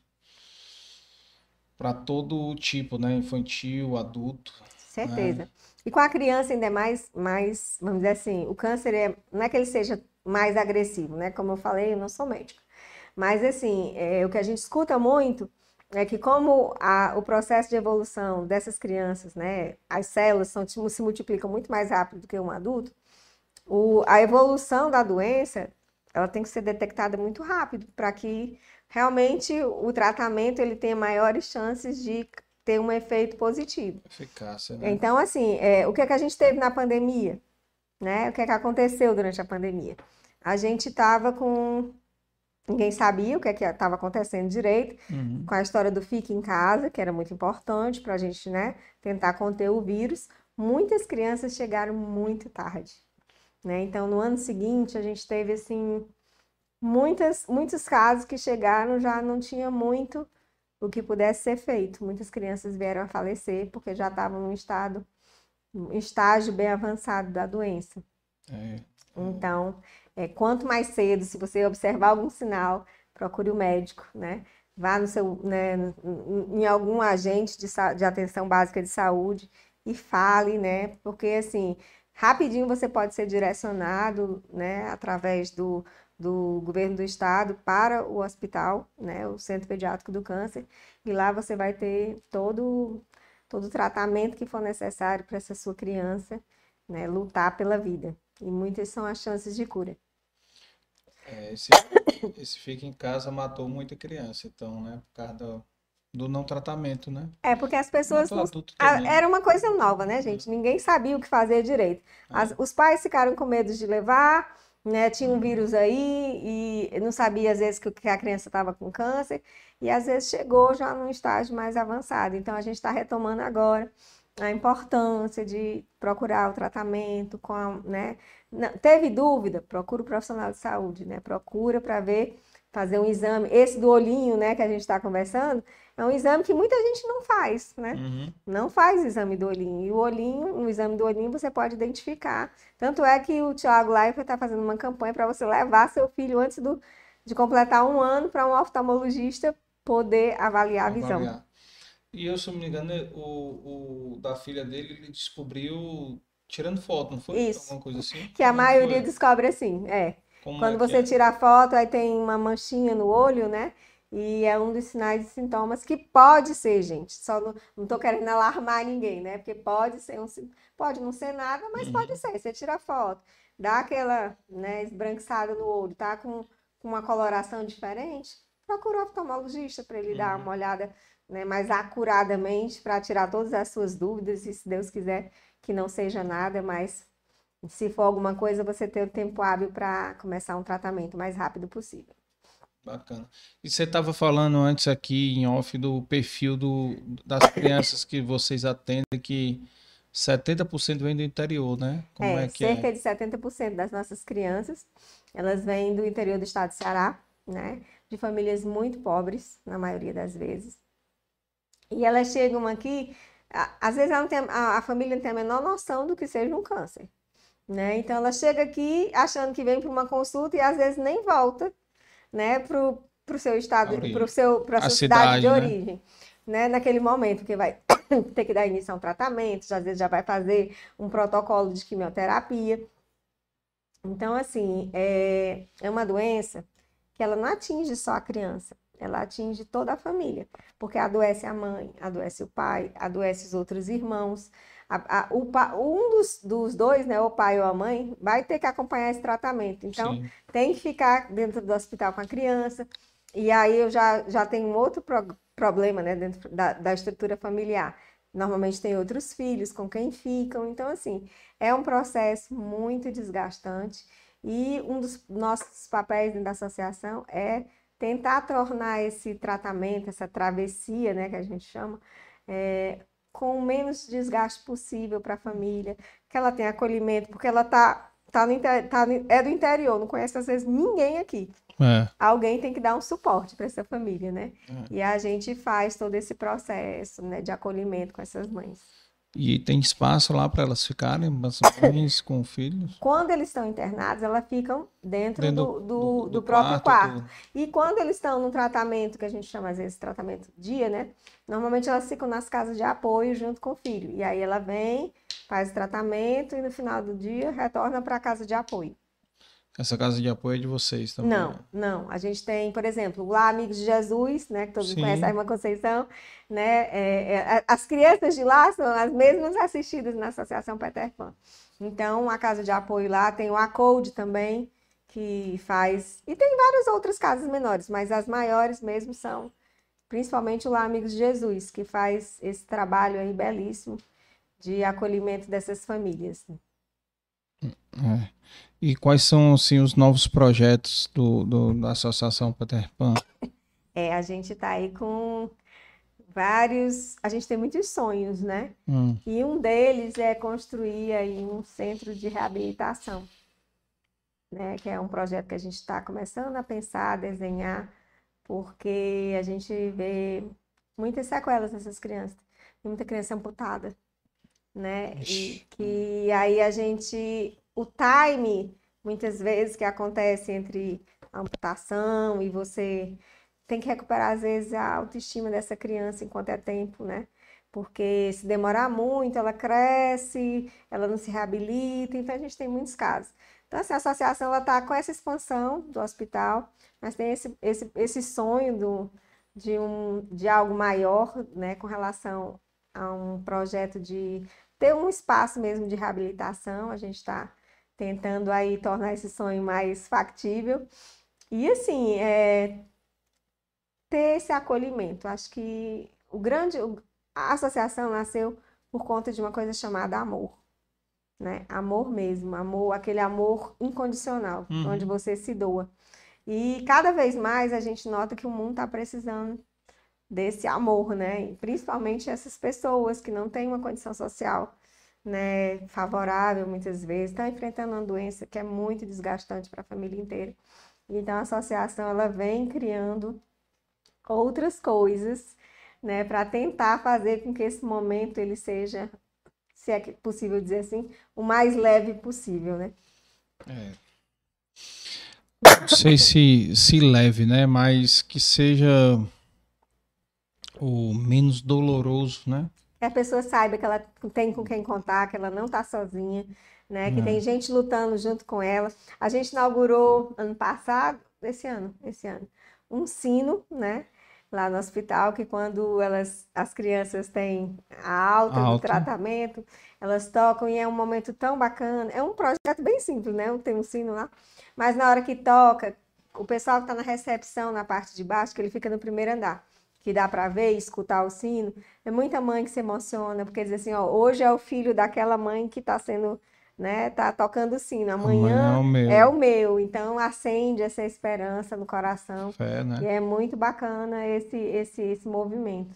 para todo tipo, né? Infantil, adulto.
Certeza.
Né?
E com a criança ainda é mais, mais, vamos dizer assim, o câncer é, não é que ele seja mais agressivo, né? Como eu falei, eu não sou médica. Mas, assim, é, o que a gente escuta muito é que como a, o processo de evolução dessas crianças, né? As células são, se multiplicam muito mais rápido do que um adulto, o, a evolução da doença, ela tem que ser detectada muito rápido para que realmente o tratamento ele tenha maiores chances de ter um efeito positivo.
Eficácia, né?
Então, assim, é, o que é que a gente teve na pandemia? Né? O que é que aconteceu durante a pandemia? A gente estava com... Ninguém sabia o que é que estava acontecendo direito,
Uhum.
com a história do fique em casa, que era muito importante para a gente, né, tentar conter o vírus. Muitas crianças chegaram muito tarde, né? Então, no ano seguinte, a gente teve, assim, muitas, muitos casos que chegaram, já não tinha muito o que pudesse ser feito. Muitas crianças vieram a falecer porque já estavam num estado, um estágio bem avançado da doença.
É.
Então, é, quanto mais cedo, se você observar algum sinal, procure o médico, né? Vá no seu, né, em algum agente de, de atenção básica de saúde e fale, né? Porque, assim, rapidinho você pode ser direcionado, né, através do, do governo do estado para o hospital, né, o Centro Pediátrico do Câncer, e lá você vai ter todo, todo o tratamento que for necessário para essa sua criança, né, lutar pela vida. E muitas são as chances de cura.
É, esse, esse fica em casa matou muita criança, então, né, por causa do, do não tratamento, né?
É porque as pessoas...
Matou adulto
a-
também.
Era uma coisa nova, né, gente? Ninguém sabia o que fazer direito. As-
É.
Os pais ficaram com medo de levar, né? Tinha um vírus aí e não sabia, às vezes, que, que a criança estava com câncer. E, às vezes, chegou já num estágio mais avançado. Então, a gente está retomando agora a importância de procurar o tratamento com a, né? Não, teve dúvida? Procura o profissional de saúde, né? Procura para ver, fazer um exame. Esse do olhinho, né, que a gente está conversando, é um exame que muita gente não faz, né?
Uhum.
Não faz exame do olhinho. E o olhinho, no exame do olhinho, você pode identificar. Tanto é que o Thiago Leifert está fazendo uma campanha para você levar seu filho antes do, de completar um ano para um oftalmologista poder avaliar a visão.
Avaliar. E eu, se não me engano, o, o da filha dele, ele descobriu tirando foto, não foi?
Isso.
Alguma coisa assim?
Que a
Como é que
maioria
foi?
descobre assim, é.
Como
Quando
é que
você
é?
tira a foto, aí tem uma manchinha no olho, né? E é um dos sinais e sintomas que pode ser, gente. Só não, não tô querendo alarmar ninguém, né? Porque pode ser um, sin- pode não ser nada, mas pode
Uhum.
ser. Você tira a foto, dá aquela, né, esbranquiçada no olho, tá com, com uma coloração diferente, procura o oftalmologista para ele dar
Uhum.
uma olhada, né, mais acuradamente para tirar todas as suas dúvidas e, se Deus quiser, que não seja nada, mas Se for alguma coisa, você ter o tempo hábil para começar um tratamento o mais rápido possível.
Bacana. E você estava falando antes aqui em off do perfil do, das crianças que vocês atendem, que setenta por cento vem do interior, né? Como
É,
é que é?
cerca de setenta por cento das nossas crianças, elas vêm do interior do estado de Ceará, né? De famílias muito pobres, na maioria das vezes. E elas chegam aqui, a- às vezes ela não tem, a, a família não tem a menor noção do que seja um câncer, né? Então ela chega aqui achando que vem para uma consulta e às vezes nem volta, né, para o seu
A
estado, para
origem.
seu, para
A
sua cidade de
cidade, né?
origem, né, naquele momento, porque vai ter que dar início a um tratamento, às vezes já vai fazer um protocolo de quimioterapia. Então, assim, é, é uma doença que ela não atinge só a criança, ela atinge toda a família, porque adoece a mãe, adoece o pai, adoece os outros irmãos. A, a, o, pa- um dos, dos dois, né, o pai ou a mãe, vai ter que acompanhar esse tratamento. Então,
Sim.
tem que ficar dentro do hospital com a criança. E aí eu já, já tenho um outro pro- problema, né, dentro da, da estrutura familiar. Normalmente tem outros filhos com quem ficam. Então, assim, é um processo muito desgastante. E um dos nossos papéis dentro da associação é tentar tornar esse tratamento, essa travessia, né, que a gente chama, é, com o menos desgaste possível para a família, que ela tenha acolhimento, porque ela tá, tá, no, inter- tá no- é do interior, não conhece às vezes ninguém aqui.
É.
Alguém tem que dar um suporte para essa família, né?
É.
E a gente faz todo esse processo, né, de acolhimento com essas mães.
E tem espaço lá para elas ficarem, as mães com filhos?
Quando eles estão internados, elas ficam dentro
Dentro
do,
do,
do,
do,
do
do
próprio
quarto,
quarto.
tudo.
E quando eles estão no tratamento, que a gente chama às vezes de tratamento dia, né? Normalmente elas ficam nas casas de apoio junto com o filho. E aí ela vem, faz o tratamento e no final do dia retorna para a casa de apoio.
Essa casa de apoio é de vocês também.
Não, não. A gente tem, por exemplo, lá Amigos de Jesus, né? Que todo mundo
Sim.
conhece, a Irmã Conceição, né? É, é, as crianças de lá são as mesmas assistidas na Associação Peter Pan. Então, a casa de apoio lá tem o Acode também, que faz. E tem várias outras casas menores, mas as maiores mesmo são, principalmente o lá Amigos de Jesus, que faz esse trabalho aí belíssimo de acolhimento dessas famílias.
É. E quais são assim, os novos projetos do, do- da Associação Peter Pan?
É, a gente está aí com vários. A gente tem muitos sonhos, né?
Hum,
E um deles é construir aí um centro de reabilitação, né? Que é um projeto que a gente está começando a pensar, a desenhar, porque a gente vê muitas sequelas nessas crianças. Tem muita criança amputada, né? E que aí a gente, o time, muitas vezes, que acontece entre a amputação e você tem que recuperar, às vezes, a autoestima dessa criança enquanto é tempo, né? Porque se demorar muito, ela cresce, ela não se reabilita, então a gente tem muitos casos. Então, assim, a associação ela está com essa expansão do hospital, mas tem esse, esse, esse sonho do, de, um, de algo maior, né, com relação a um projeto de ter um espaço mesmo de reabilitação. A gente está tentando aí tornar esse sonho mais factível. E assim, é, ter esse acolhimento. Acho que o grande, a associação nasceu por conta de uma coisa chamada amor, né? Amor mesmo, amor, aquele amor incondicional,
Uhum.
onde você se doa. E cada vez mais a gente nota que o mundo está precisando desse amor, né? E principalmente essas pessoas que não têm uma condição social, né, favorável muitas vezes, estão enfrentando uma doença que é muito desgastante para a família inteira. Então a associação ela vem criando outras coisas, né, para tentar fazer com que esse momento ele seja, se é possível dizer assim, o mais leve possível, né?
É. Não sei se, se leve, né? Mas que seja o menos doloroso, né?
Que a pessoa saiba que ela tem com quem contar, que ela não está sozinha, né? Que
É.
tem gente lutando junto com ela. A gente inaugurou ano passado, esse ano, esse ano, um sino, né? Lá no hospital, que quando elas, as crianças têm a alta do
Alta.
tratamento, elas tocam e é um momento tão bacana. É um projeto bem simples, né? Tem um sino lá, mas na hora que toca, o pessoal que está na recepção, na parte de baixo, que ele fica no primeiro andar, que dá para ver e escutar o sino, é muita mãe que se emociona, porque diz assim, ó, hoje é o filho daquela mãe que está sendo, né? Tá tocando o sino.
Amanhã
Amanhã
é o meu.
é o meu. Então acende essa esperança no coração.
Fé, né?
E é muito bacana esse, esse, esse movimento.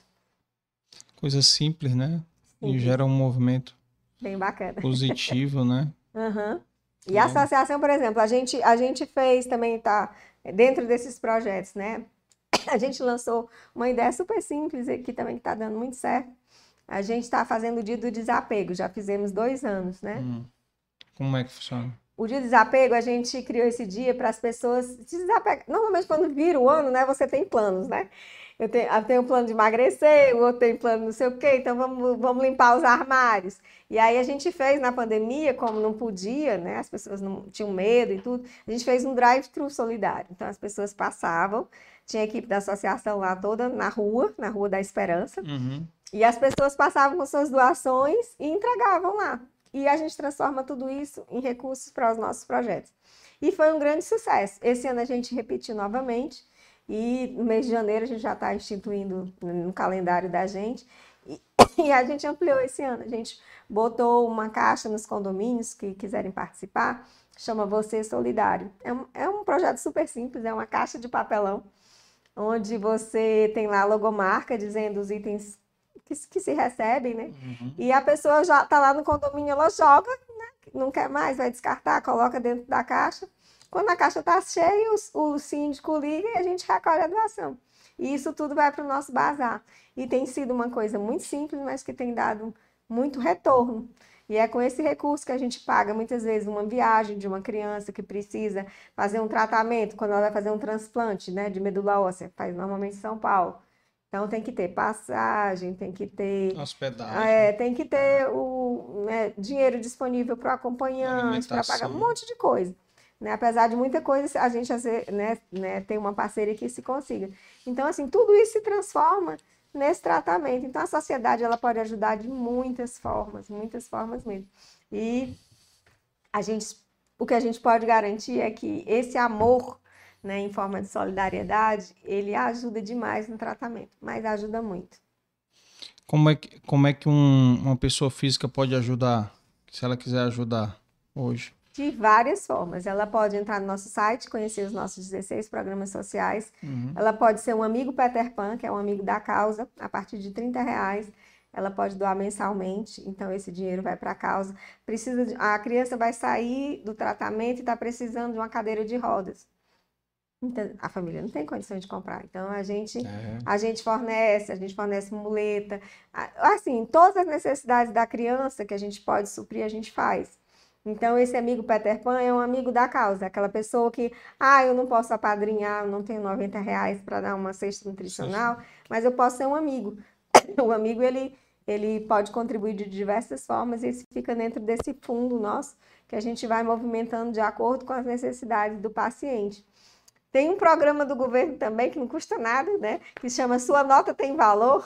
Coisa simples, né? E
Simples,
gera um movimento
bem bacana.
positivo, né?
Uhum. E a associação, por exemplo, a gente, a gente fez também, tá dentro desses projetos, né? A gente lançou uma ideia super simples aqui também que está dando muito certo. A gente está fazendo o dia do desapego, já fizemos dois anos, né?
Hum. Como é que funciona?
O dia do desapego, a gente criou esse dia para as pessoas se desapegar. Normalmente, quando vira o ano, né, você tem planos, né? Eu tenho, eu tenho um plano de emagrecer, o outro tem plano não sei o quê, então vamos, vamos limpar os armários. E aí a gente fez na pandemia, como não podia, né? As pessoas não tinham medo e tudo, a gente fez um drive-thru solidário. Então as pessoas passavam, tinha a equipe da associação lá toda na rua, na Rua da Esperança,
Uhum.
e as pessoas passavam com suas doações e entregavam lá. E a gente transforma tudo isso em recursos para os nossos projetos. E foi um grande sucesso. Esse ano a gente repetiu novamente. E no mês de janeiro a gente já está instituindo no calendário da gente. E, e a gente ampliou esse ano. A gente botou uma caixa nos condomínios que quiserem participar. Chama Você Solidário. É um, é um projeto super simples. É uma caixa de papelão. Onde você tem lá a logomarca dizendo os itens que, que se recebem, né?
Uhum.
E a pessoa já está lá no condomínio, ela joga, né? Não quer mais, vai descartar, coloca dentro da caixa. Quando a caixa está cheia, o, o síndico liga e a gente recolhe a doação. E isso tudo vai para o nosso bazar. E tem sido uma coisa muito simples, mas que tem dado muito retorno. E é com esse recurso que a gente paga, muitas vezes, uma viagem de uma criança que precisa fazer um tratamento, quando ela vai fazer um transplante, né, de medula óssea, faz normalmente em São Paulo. Então tem que ter passagem, tem que ter
hospedagem,
é, tem que ter o né, dinheiro disponível para o acompanhante, para pagar um monte de coisa. Né? Apesar de muita coisa, a gente né, né, tem uma parceria que se consiga. Então, assim, tudo isso se transforma nesse tratamento. Então, a sociedade ela pode ajudar de muitas formas, muitas formas mesmo. E a gente, o que a gente pode garantir é que esse amor, né, em forma de solidariedade, ele ajuda demais no tratamento, mas ajuda muito.
Como é que, como é que um, uma pessoa física pode ajudar, se ela quiser ajudar hoje?
De várias formas. Ela pode entrar no nosso site, conhecer os nossos dezesseis programas sociais. Uhum. Ela pode ser um amigo Peter Pan, que é um amigo da causa, a partir de trinta reais. Ela pode doar mensalmente, então esse dinheiro vai para a causa. Precisa de, a criança vai sair do tratamento e está precisando de uma cadeira de rodas. Então, a família não tem condição de comprar. Então, a gente, é. a gente fornece, a gente fornece muleta. Assim, todas as necessidades da criança que a gente pode suprir, a gente faz. Então, esse amigo Peter Pan é um amigo da causa. Aquela pessoa que, ah, eu não posso apadrinhar, eu não tenho noventa reais para dar uma cesta nutricional, sim, mas eu posso ser um amigo. O amigo, ele, ele pode contribuir de diversas formas e isso fica dentro desse fundo nosso, que a gente vai movimentando de acordo com as necessidades do paciente. Tem um programa do governo também, que não custa nada, né? Que chama Sua Nota Tem Valor.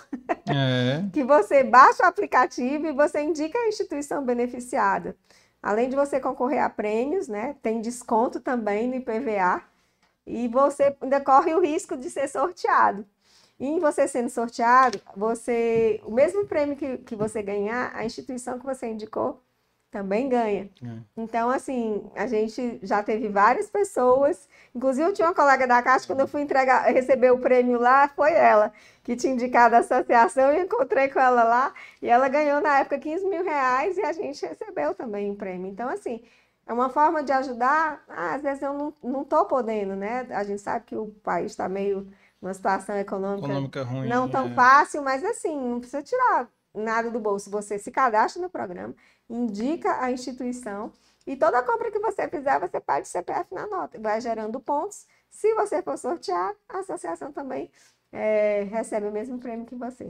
É. Que você baixa o aplicativo e você indica a instituição beneficiada. Além de você concorrer a prêmios, né? Tem desconto também no I P V A. E você ainda corre o risco de ser sorteado. E em você sendo sorteado, você, o mesmo prêmio que, que você ganhar, a instituição que você indicou também ganha. É. Então, assim, a gente já teve várias pessoas, inclusive eu tinha uma colega da Caixa, quando eu fui entregar, receber o prêmio lá, foi ela que tinha indicado a associação, eu encontrei com ela lá, e ela ganhou na época quinze mil reais e a gente recebeu também o prêmio. Então, assim, é uma forma de ajudar, ah, às vezes eu não, não tô podendo, né? A gente sabe que o país está meio numa situação econômica,
econômica ruim,
não tão é. fácil, mas assim, não precisa tirar nada do bolso, você se cadastra no programa, indica a instituição e toda compra que você fizer, você pede C P F na nota. Vai gerando pontos. Se você for sortear, a associação também é, recebe o mesmo prêmio que você.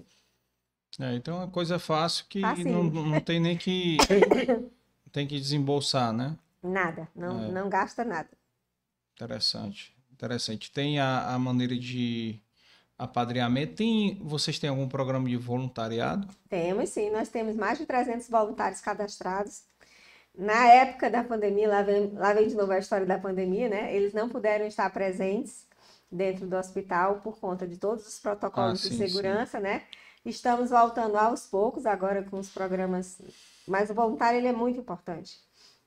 É, então é uma coisa fácil que não, não tem nem que tem que desembolsar, né?
Nada, não, é. não gasta nada.
Interessante, interessante. Tem a, a maneira de apadrinhamento. Tem, vocês têm algum programa de voluntariado?
Temos, sim. Nós temos mais de trezentos voluntários cadastrados. Na época da pandemia, lá vem, lá vem de novo a história da pandemia, né? Eles não puderam estar presentes dentro do hospital por conta de todos os protocolos ah, sim, de segurança, sim. né? Estamos voltando aos poucos agora com os programas, mas o voluntário ele é muito importante.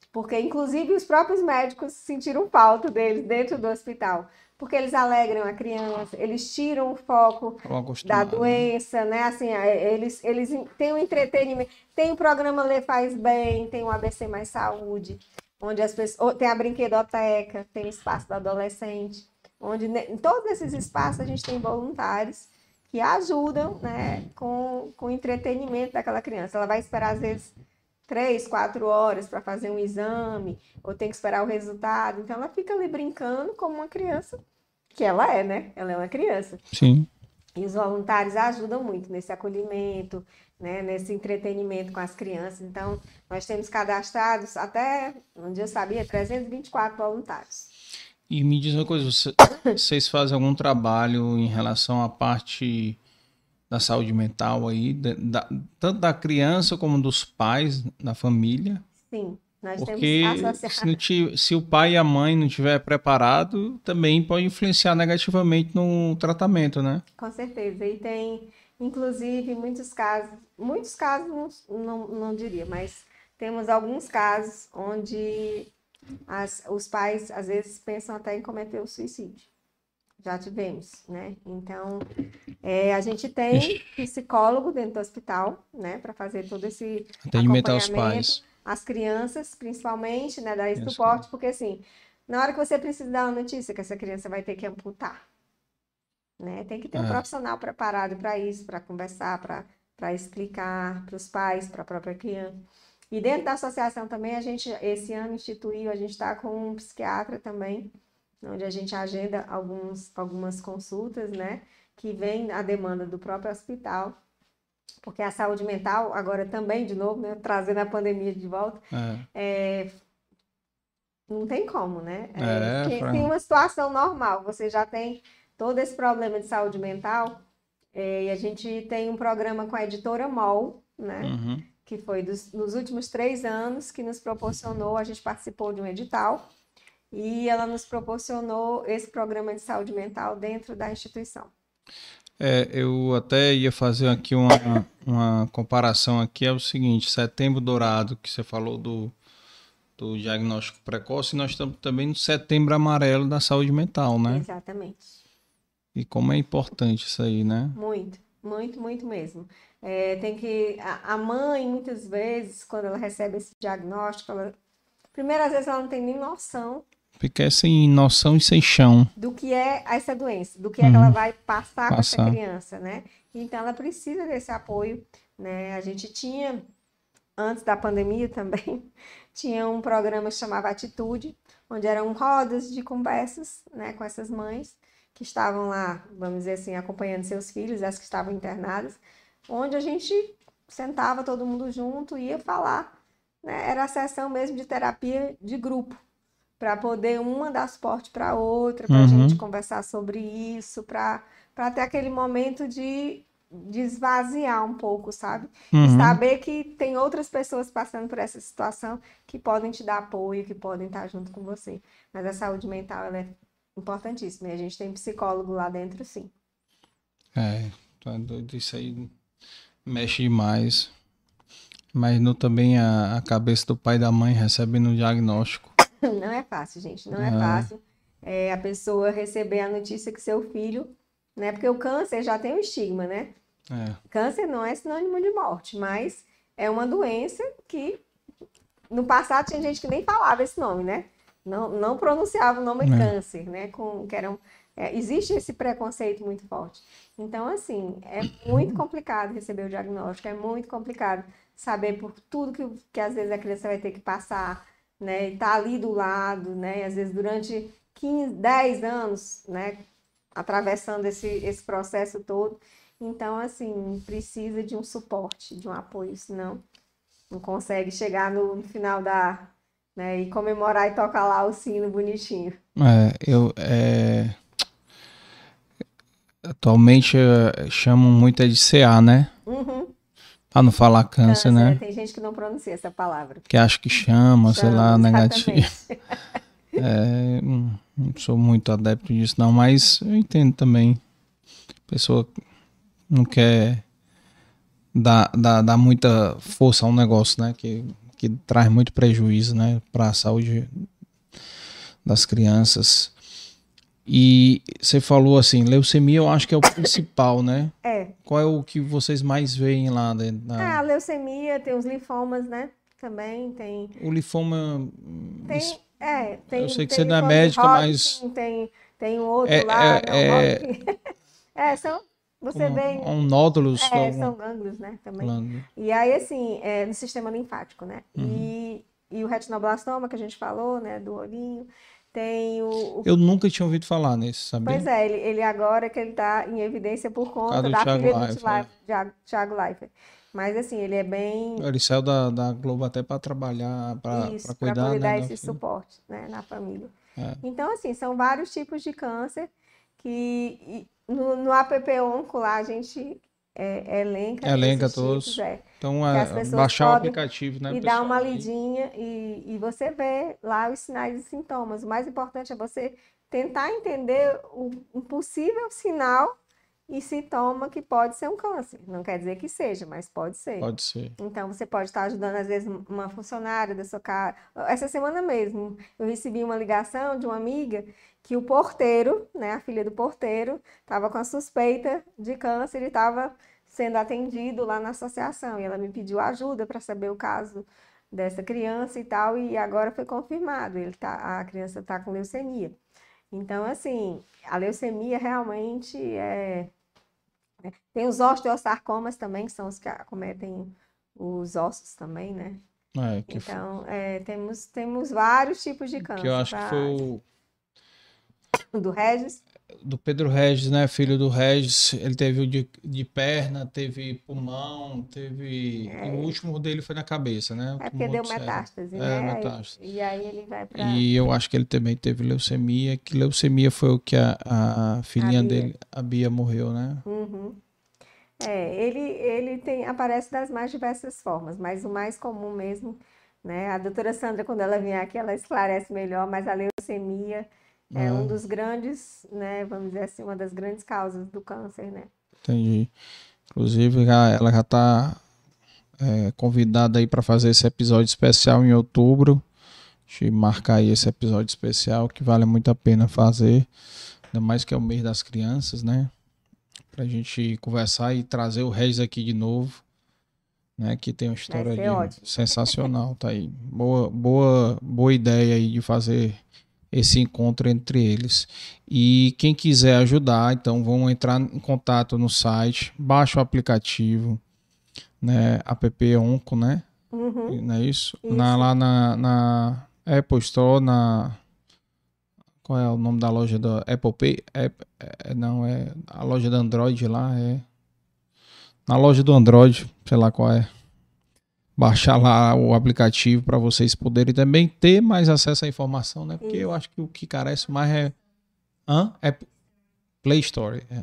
Porque, inclusive, os próprios médicos sentiram falta deles dentro do hospital. Porque eles alegram a criança, eles tiram o foco da doença, né? Assim, eles, eles têm um entretenimento, tem o programa Lê Faz Bem, tem o A B C Mais Saúde, onde as pessoas, tem a brinquedoteca, tem o espaço do adolescente, onde em todos esses espaços a gente tem voluntários que ajudam, né, com, com o entretenimento daquela criança. Ela vai esperar, às vezes, três, quatro horas para fazer um exame, ou tem que esperar o resultado. Então, ela fica ali brincando como uma criança, que ela é, né? Ela é uma criança.
Sim.
E os voluntários ajudam muito nesse acolhimento, né? Nesse entretenimento com as crianças. Então, nós temos cadastrados até, onde eu sabia, trezentos e vinte e quatro voluntários.
E me diz uma coisa, vocês fazem algum trabalho em relação à parte da saúde mental aí, da, tanto da criança como dos pais, da família?
Sim, nós
porque
temos associados.
Se, se o pai e a mãe não estiver preparado, também pode influenciar negativamente no tratamento, né?
Com certeza, e tem, inclusive, muitos casos, muitos casos, não, não, não diria, mas temos alguns casos onde as, os pais, às vezes, pensam até em cometer o suicídio. Já tivemos, né? Então, é, a gente tem psicólogo dentro do hospital, né? Para fazer todo esse
atendimento aos pais.
As crianças, principalmente, né? Dar esse suporte, porque assim, na hora que você precisa dar uma notícia que essa criança vai ter que amputar, né? Tem que ter um é. profissional preparado para isso, para conversar, para explicar para os pais, para a própria criança. E dentro da associação também, a gente, esse ano, instituiu, a gente está com um psiquiatra também, onde a gente agenda alguns, algumas consultas, né, que vem a demanda do próprio hospital, porque a saúde mental, agora também, de novo, né, trazendo a pandemia de volta, é. É, não tem como, né? É, é, pra... Em uma situação normal, você já tem todo esse problema de saúde mental, é, e a gente tem um programa com a editora M O L, né, uhum. que foi dos, nos últimos três anos, que nos proporcionou, a gente participou de um edital, e ela nos proporcionou esse programa de saúde mental dentro da instituição.
É, eu até ia fazer aqui uma, uma comparação aqui, é o seguinte, Setembro Dourado, que você falou do, do diagnóstico precoce, nós estamos também no Setembro Amarelo da saúde mental, né?
Exatamente.
E como é importante isso aí, né?
Muito, muito, muito mesmo. É, tem que, a, a mãe, muitas vezes, quando ela recebe esse diagnóstico, ela, primeiro, às vezes ela não tem nem noção
Fica sem noção e sem chão.
Do que é essa doença, do que é uhum. que ela vai passar, passar com essa criança, né? Então, ela precisa desse apoio, né? A gente tinha, antes da pandemia também, tinha um programa que chamava Atitude, onde eram rodas de conversas, né, com essas mães que estavam lá, vamos dizer assim, acompanhando seus filhos, as que estavam internadas, onde a gente sentava todo mundo junto e ia falar, né? Era a sessão mesmo de terapia de grupo, para poder uma dar suporte para a outra, para a uhum. gente conversar sobre isso, para ter aquele momento de, de esvaziar um pouco, sabe? Uhum. E saber que tem outras pessoas passando por essa situação que podem te dar apoio, que podem estar junto com você. Mas a saúde mental, ela é importantíssima. E a gente tem psicólogo lá dentro, sim.
É, tá doido, isso aí mexe demais. Mas não, também a, a cabeça do pai e da mãe recebendo o diagnóstico.
Não é fácil, gente, não é, é. fácil é, a pessoa receber a notícia que seu filho, né, porque o câncer já tem um estigma, né? É. Câncer não é sinônimo de morte, mas é uma doença que no passado tinha gente que nem falava esse nome, né? Não, não pronunciava o nome é. câncer, né? Com, que era um, é, existe esse preconceito muito forte. Então, assim, é muito complicado receber o diagnóstico, é muito complicado saber por tudo que, que às vezes a criança vai ter que passar, né, e tá ali do lado, né, às vezes durante quinze, dez anos, né, atravessando esse, esse processo todo. Então, assim, precisa de um suporte, de um apoio, senão não consegue chegar no, no final da, né, e comemorar e tocar lá o sino bonitinho.
É, eu, é... atualmente chamam muito de C A, né?
Uhum.
Pra não falar câncer, câncer, né?
Tem gente que não pronuncia essa palavra.
Que acha que chama, chama sei lá, negativo. É, não sou muito adepto disso, não, mas eu entendo também. A pessoa não quer dar, dar, dar muita força a um negócio, né? Que, que traz muito prejuízo, né, para a saúde das crianças. E você falou assim, leucemia eu acho que é o principal, né?
É.
Qual é o que vocês mais veem lá? Na...
É, a leucemia, tem os linfomas, né? Também tem...
O linfoma...
Tem, é, tem,
eu sei que
tem
você não é
linfoma de
médica,
Hodgkin,
mas...
Tem, tem um outro
É,
lá,
é,
não,
é...
Hodgkin. É, são... Você
Um,
vê...
um nódulos...
É,
algum...
são gânglios, né? Também.
Glândula.
E aí, assim, é no sistema linfático, né?
Uhum.
E, e o retinoblastoma, que a gente falou, né? Do olhinho. Tem o, o...
Eu nunca tinha ouvido falar nesse, sabia?
Pois é, ele, ele agora que ele tá em evidência por conta
do
da
Thiago
filha
Leifert,
do Thiago, Thiago, Thiago Leifert. Mas, assim, ele é bem...
Ele saiu da, da Globo até para trabalhar, para
Isso,
cuidar,
para poder
né,
dar
da
esse
filha.
suporte, né, na família.
É.
Então, assim, são vários tipos de câncer que no, no app Onco lá a gente é, elenca,
Elenca
esses
todos.
tipos, é,
Então,
que
é,
as pessoas
baixar o
podem
aplicativo, né,
e
pessoal?
dar uma lidinha e, e você vê lá os sinais e sintomas. O mais importante é você tentar entender o, um possível sinal e sintoma que pode ser um câncer. Não quer dizer que seja, mas pode ser.
Pode ser.
Então, você pode estar ajudando, às vezes, uma funcionária da sua casa. Essa semana mesmo, eu recebi uma ligação de uma amiga que o porteiro, né, a filha do porteiro, estava com a suspeita de câncer e estava sendo atendido lá na associação. E ela me pediu ajuda para saber o caso dessa criança e tal, e agora foi confirmado. Ele tá, a criança está com leucemia. Então, assim, a leucemia realmente é... Tem os osteossarcomas também, que são os que acometem os ossos também, né?
É, que
então, é, temos, temos vários tipos de câncer.
Que eu acho
pra...
que foi o...
Do Regis?
Do Pedro Regis, né? Filho do Regis. Ele teve o de, de perna, teve pulmão, teve... É. E o último dele foi na cabeça, né?
É porque deu metástase, né?
É, metástase.
E aí ele vai pra...
E eu acho que ele também teve leucemia, que leucemia foi o que a, a filhinha a dele, a Bia, morreu, né?
Uhum. É, ele, ele tem, aparece das mais diversas formas, mas o mais comum mesmo, né? A doutora Sandra, quando ela vier aqui, ela esclarece melhor, mas a leucemia é ah. um dos grandes, né? Vamos dizer assim, uma das grandes causas do câncer, né?
Entendi. Inclusive, ela já está é, convidada aí para fazer esse episódio especial em outubro. Deixa eu marcar aí esse episódio especial, que vale muito a pena fazer, ainda mais que é o mês das crianças, né? Pra gente conversar e trazer o Regis aqui de novo, né? Que tem uma história ali sensacional, tá aí. Boa, boa, boa ideia aí de fazer esse encontro entre eles. E quem quiser ajudar, então vão entrar em contato no site, baixa o aplicativo, né? App Onco, né?
Uhum.
Não é isso?
isso.
Na, lá na, na Apple Store, na... Qual é o nome da loja da Apple Pay? É, é, não, é a loja da Android lá, é... Na loja do Android, sei lá qual é. Baixar lá o aplicativo para vocês poderem também ter mais acesso à informação, né? Porque Isso. eu acho que o que carece mais é... Hã? É Play Store, é.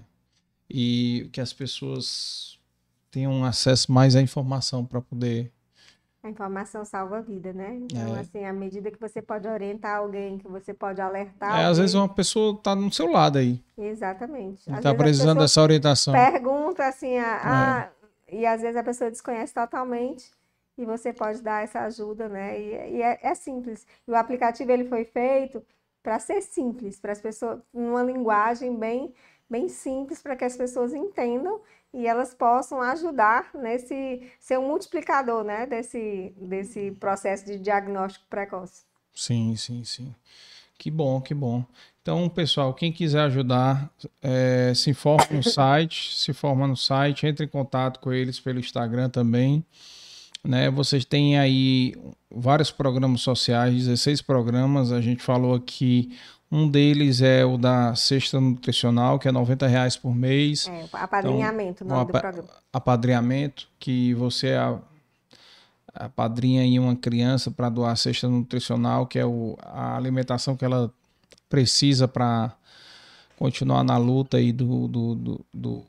E que as pessoas tenham acesso mais à informação para poder...
A informação salva a vida, né? Então, é. assim, à medida que você pode orientar alguém, que você pode alertar
É,
alguém...
às vezes uma pessoa está no seu lado aí.
Exatamente.
Está precisando dessa orientação.
Pergunta assim, a, a, é. e às vezes a pessoa desconhece totalmente e você pode dar essa ajuda, né? E, e é, é simples. E o aplicativo, ele foi feito para ser simples, para as pessoas, uma linguagem bem, bem simples, para que as pessoas entendam e elas possam ajudar nesse, ser um multiplicador, né, desse, desse processo de diagnóstico precoce.
Sim, sim, sim. Que bom, que bom. Então, pessoal, quem quiser ajudar, é, se informa no site, se forma no site, entre em contato com eles pelo Instagram também, né? Vocês têm aí vários programas sociais, dezesseis programas, a gente falou aqui. Um deles é o da Cesta Nutricional, que é noventa reais por mês.
É, o apadrinhamento, então, o nome do programa.
Apadrinhamento, que você apadrinha aí uma criança para doar a cesta nutricional, que é o, a alimentação que ela precisa para continuar na luta aí do, do, do, do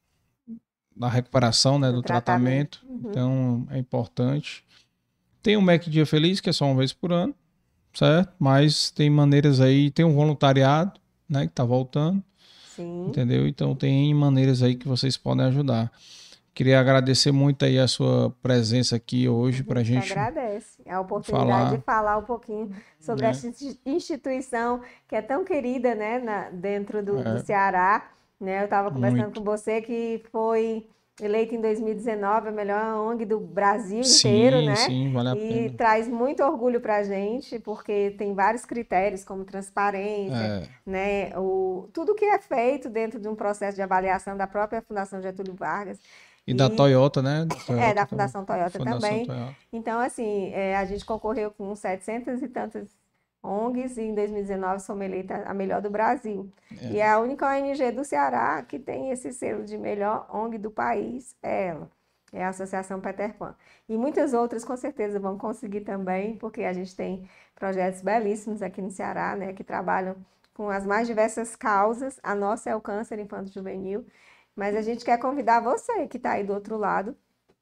da recuperação, né, do, do tratamento. tratamento. Uhum. Então, é importante. Tem o Mac Dia Feliz, que é só uma vez por ano. Certo? Mas tem maneiras aí, tem um voluntariado, né, que tá voltando.
Sim.
Entendeu? Então tem maneiras aí que vocês podem ajudar. Queria agradecer muito aí a sua presença aqui hoje para a gente.
Agradece a oportunidade
falar,
de falar um pouquinho sobre
né?
essa instituição que é tão querida, né, na, dentro do,
É.
do Ceará. Né? Eu estava conversando
Muito.
com você que foi eleita em dois mil e dezenove a melhor O N G do Brasil
Sim,
inteiro, né?
sim, vale a
E
pena.
traz muito orgulho para a gente, porque tem vários critérios, como transparência,
É.
né? O, tudo que é feito dentro de um processo de avaliação da própria Fundação Getúlio Vargas.
E, da Toyota, né?
É,
Da
da
Toyota também.
Fundação Toyota
Fundação
também.
Toyota.
Então, assim, é, a gente concorreu com setecentas e tantas O N Gs e em dois mil e dezenove fomos eleita a melhor do Brasil.
É.
E é a única O N G do Ceará que tem esse selo de melhor O N G do país, é ela. É a Associação Peter Pan. E muitas outras, com certeza, vão conseguir também, porque a gente tem projetos belíssimos aqui no Ceará, né, que trabalham com as mais diversas causas. A nossa é o câncer infanto-juvenil, mas a gente quer convidar você, que está aí do outro lado,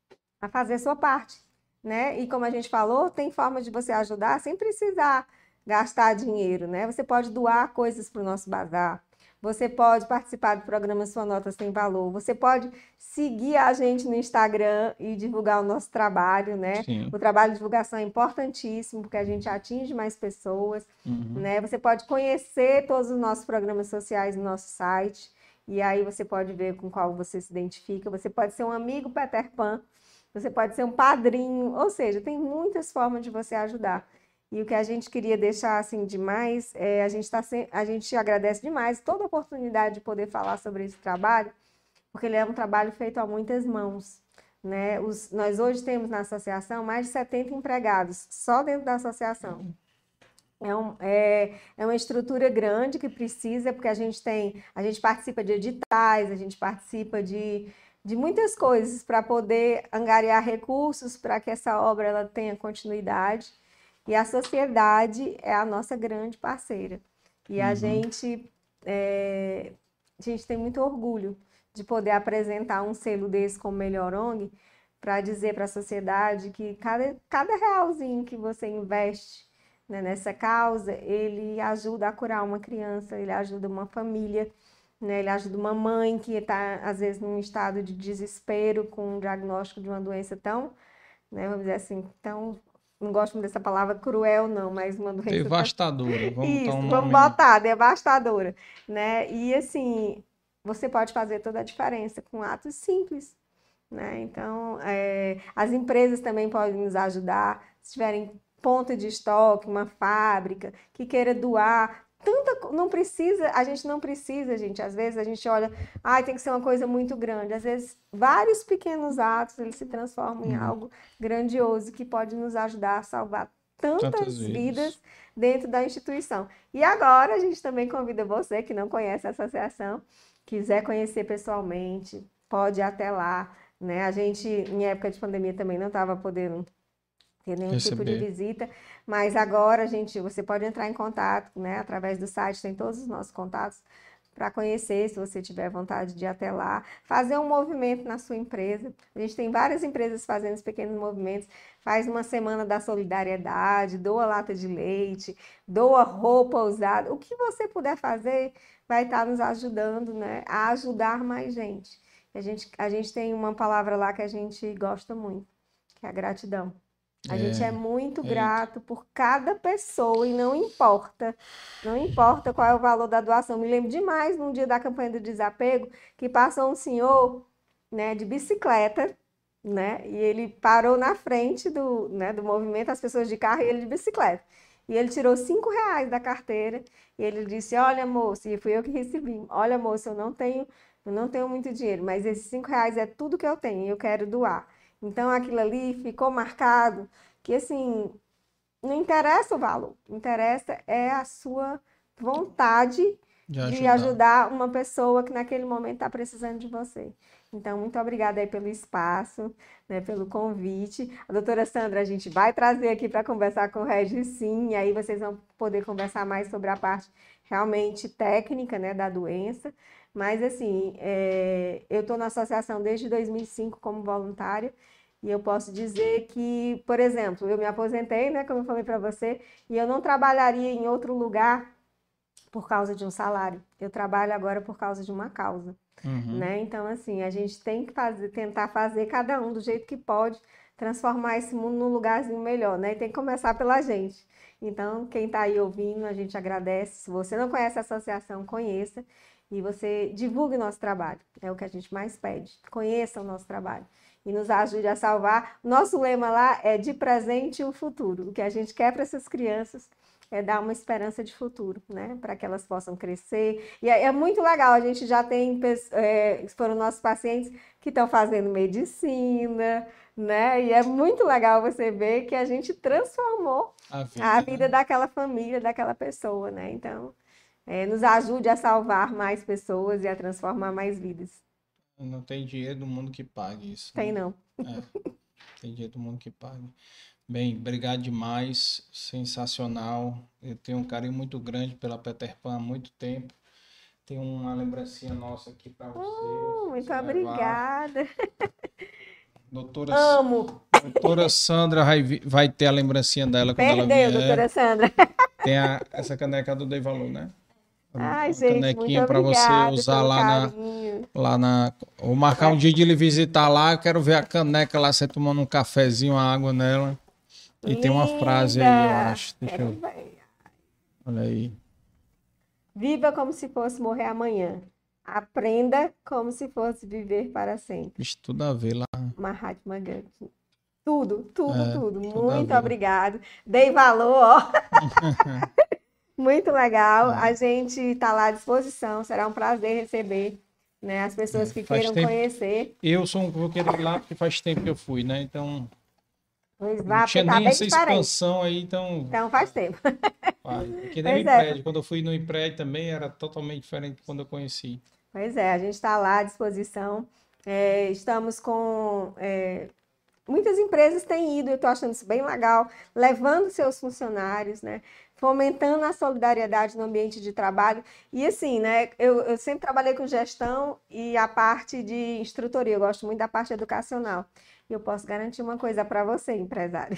a fazer a sua parte, né? E como a gente falou, tem forma de você ajudar sem precisar gastar dinheiro, né? Você pode doar coisas para o nosso bazar, você pode participar do programa Sua Nota Sem Valor, você pode seguir a gente no Instagram e divulgar o nosso trabalho, né?
Sim.
O trabalho de divulgação é importantíssimo, porque a gente atinge mais pessoas,
Uhum.
né? Você pode conhecer todos os nossos programas sociais no nosso site, e aí você pode ver com qual você se identifica, você pode ser um amigo Peter Pan, você pode ser um padrinho, ou seja, tem muitas formas de você ajudar. E o que a gente queria deixar assim demais, é, a gente tá sem, a gente agradece demais toda a oportunidade de poder falar sobre esse trabalho, porque ele é um trabalho feito a muitas mãos, né? Os, nós hoje temos na associação mais de setenta empregados, só dentro da associação. É, um, é, é uma estrutura grande que precisa, porque a gente tem, a gente participa de editais, a gente participa de de muitas coisas para poder angariar recursos para que essa obra ela tenha continuidade. E a sociedade é a nossa grande parceira. E a, uhum. gente, é, a gente tem muito orgulho de poder apresentar um selo desse como melhor O N G para dizer para a sociedade que cada, cada realzinho que você investe, né, nessa causa, ele ajuda a curar uma criança, ele ajuda uma família, né, ele ajuda uma mãe que está, às vezes, num estado de desespero com um diagnóstico de uma doença tão, né, vamos dizer assim, tão, não gosto muito dessa palavra cruel, não, mas uma doença...
Devastadora.
Tão...
Vamos
Isso,
um
vamos
nome...
botar, devastadora. Né? E, assim, você pode fazer toda a diferença com atos simples. Né? Então, é, as empresas também podem nos ajudar, se tiverem ponto de estoque, uma fábrica que queira doar... Tanta, não precisa, a gente não precisa, gente, às vezes a gente olha, ai, tem que ser uma coisa muito grande, às vezes vários pequenos atos, eles se transformam em hum. algo grandioso que pode nos ajudar a salvar tantas, tantas vidas dentro da instituição. E agora a gente também convida você que não conhece a associação, quiser conhecer pessoalmente, pode ir até lá, né? A gente, em época de pandemia, também não estava podendo ter nenhum Receber. tipo de visita, mas agora, gente, você pode entrar em contato, né, através do site, tem todos os nossos contatos para conhecer, se você tiver vontade de ir até lá, fazer um movimento na sua empresa. A gente tem várias empresas fazendo esses pequenos movimentos, faz uma semana da solidariedade, doa lata de leite, doa roupa usada, o que você puder fazer vai estar nos ajudando, né, a ajudar mais gente. A gente, a gente tem uma palavra lá que a gente gosta muito, que é a gratidão. A é, gente é muito é. grato por cada pessoa e não importa, não importa qual é o valor da doação. Me lembro demais, num dia da campanha do desapego, que passou um senhor, né, de bicicleta, né, e ele parou na frente do, né, do movimento, as pessoas de carro e ele de bicicleta. E ele tirou cinco reais da carteira e ele disse, olha, moço, e fui eu que recebi, olha, moço, eu não tenho, eu não tenho muito dinheiro, mas esses cinco reais é tudo que eu tenho e eu quero doar. Então, aquilo ali ficou marcado que, assim, não interessa o valor, interessa é a sua vontade de ajudar, de ajudar uma pessoa que naquele momento está precisando de você. Então, muito obrigada aí pelo espaço, né, pelo convite. A doutora Sandra, a gente vai trazer aqui para conversar com o Regis, sim, e aí vocês vão poder conversar mais sobre a parte realmente técnica, né, da doença. Mas, assim, é, eu estou na associação desde dois mil e cinco como voluntária e eu posso dizer que, por exemplo, eu me aposentei, né, como eu falei para você, e eu não trabalharia em outro lugar por causa de um salário. Eu trabalho agora por causa de uma causa. uhum. né? Então, assim, a gente tem que fazer, tentar fazer cada um do jeito que pode, transformar esse mundo num lugarzinho melhor, né? E tem que começar pela gente. Então, quem está aí ouvindo, a gente agradece. Se você não conhece a associação, conheça. E você divulgue o nosso trabalho. É o que a gente mais pede. Conheça o nosso trabalho. E nos ajude a salvar. Nosso lema lá é de presente o futuro. O que a gente quer para essas crianças é dar uma esperança de futuro, né? Para que elas possam crescer. E é, é muito legal. A gente já tem, é, foram nossos pacientes que estão fazendo medicina, né? E é muito legal você ver que a gente transformou a vida, a vida né? daquela família, daquela pessoa, né? Então, é, nos ajude a salvar mais pessoas e a transformar mais vidas.
Não tem dinheiro do mundo que pague isso.
Tem
né?
não.
É, tem dinheiro do mundo que pague. Bem, obrigado demais, sensacional. Eu tenho um carinho muito grande pela Peter Pan há muito tempo. Tem uma lembrancinha nossa aqui para você.
Oh, muito obrigada.
Doutora,
Amo.
Doutora Sandra vai, vai ter a lembrancinha dela quando
Perdeu,
ela vier.
doutora Sandra.
Tem a, essa caneca do Dei Valor, né?
Ai, gente,
canequinha
para
você usar lá na, lá na. Ou marcar é. um dia de ele visitar lá. Eu quero ver a caneca lá, você tomando um cafezinho, uma água nela. E Linda. Tem uma frase aí, eu acho. Deixa
quero
eu...
ver.
Olha aí.
Viva como se fosse morrer amanhã. Aprenda como se fosse viver para sempre.
Isso tudo a ver lá.
Mahatma Gandhi. Tudo, tudo,
é,
tudo.
tudo
Muito obrigado. Dei valor, ó. Muito legal. É. A gente está lá à disposição. Será um prazer receber, né, as pessoas é, que queiram tempo... conhecer.
Eu sou um vou querer ir lá porque faz tempo que eu fui, né? Então.
Pois vá,
não tinha
tá
nem
bem
essa
diferente.
expansão aí, então.
Então faz tempo.
Que nem no prédio. Quando eu fui no prédio também era totalmente diferente de quando eu conheci.
Pois é, a gente está lá à disposição. É, estamos com. É, muitas empresas têm ido, eu estou achando isso bem legal, levando seus funcionários, né? Fomentando a solidariedade no ambiente de trabalho. E assim, né? Eu, eu sempre trabalhei com gestão e a parte de instrutoria, eu gosto muito da parte educacional. E eu posso garantir uma coisa para você, empresário.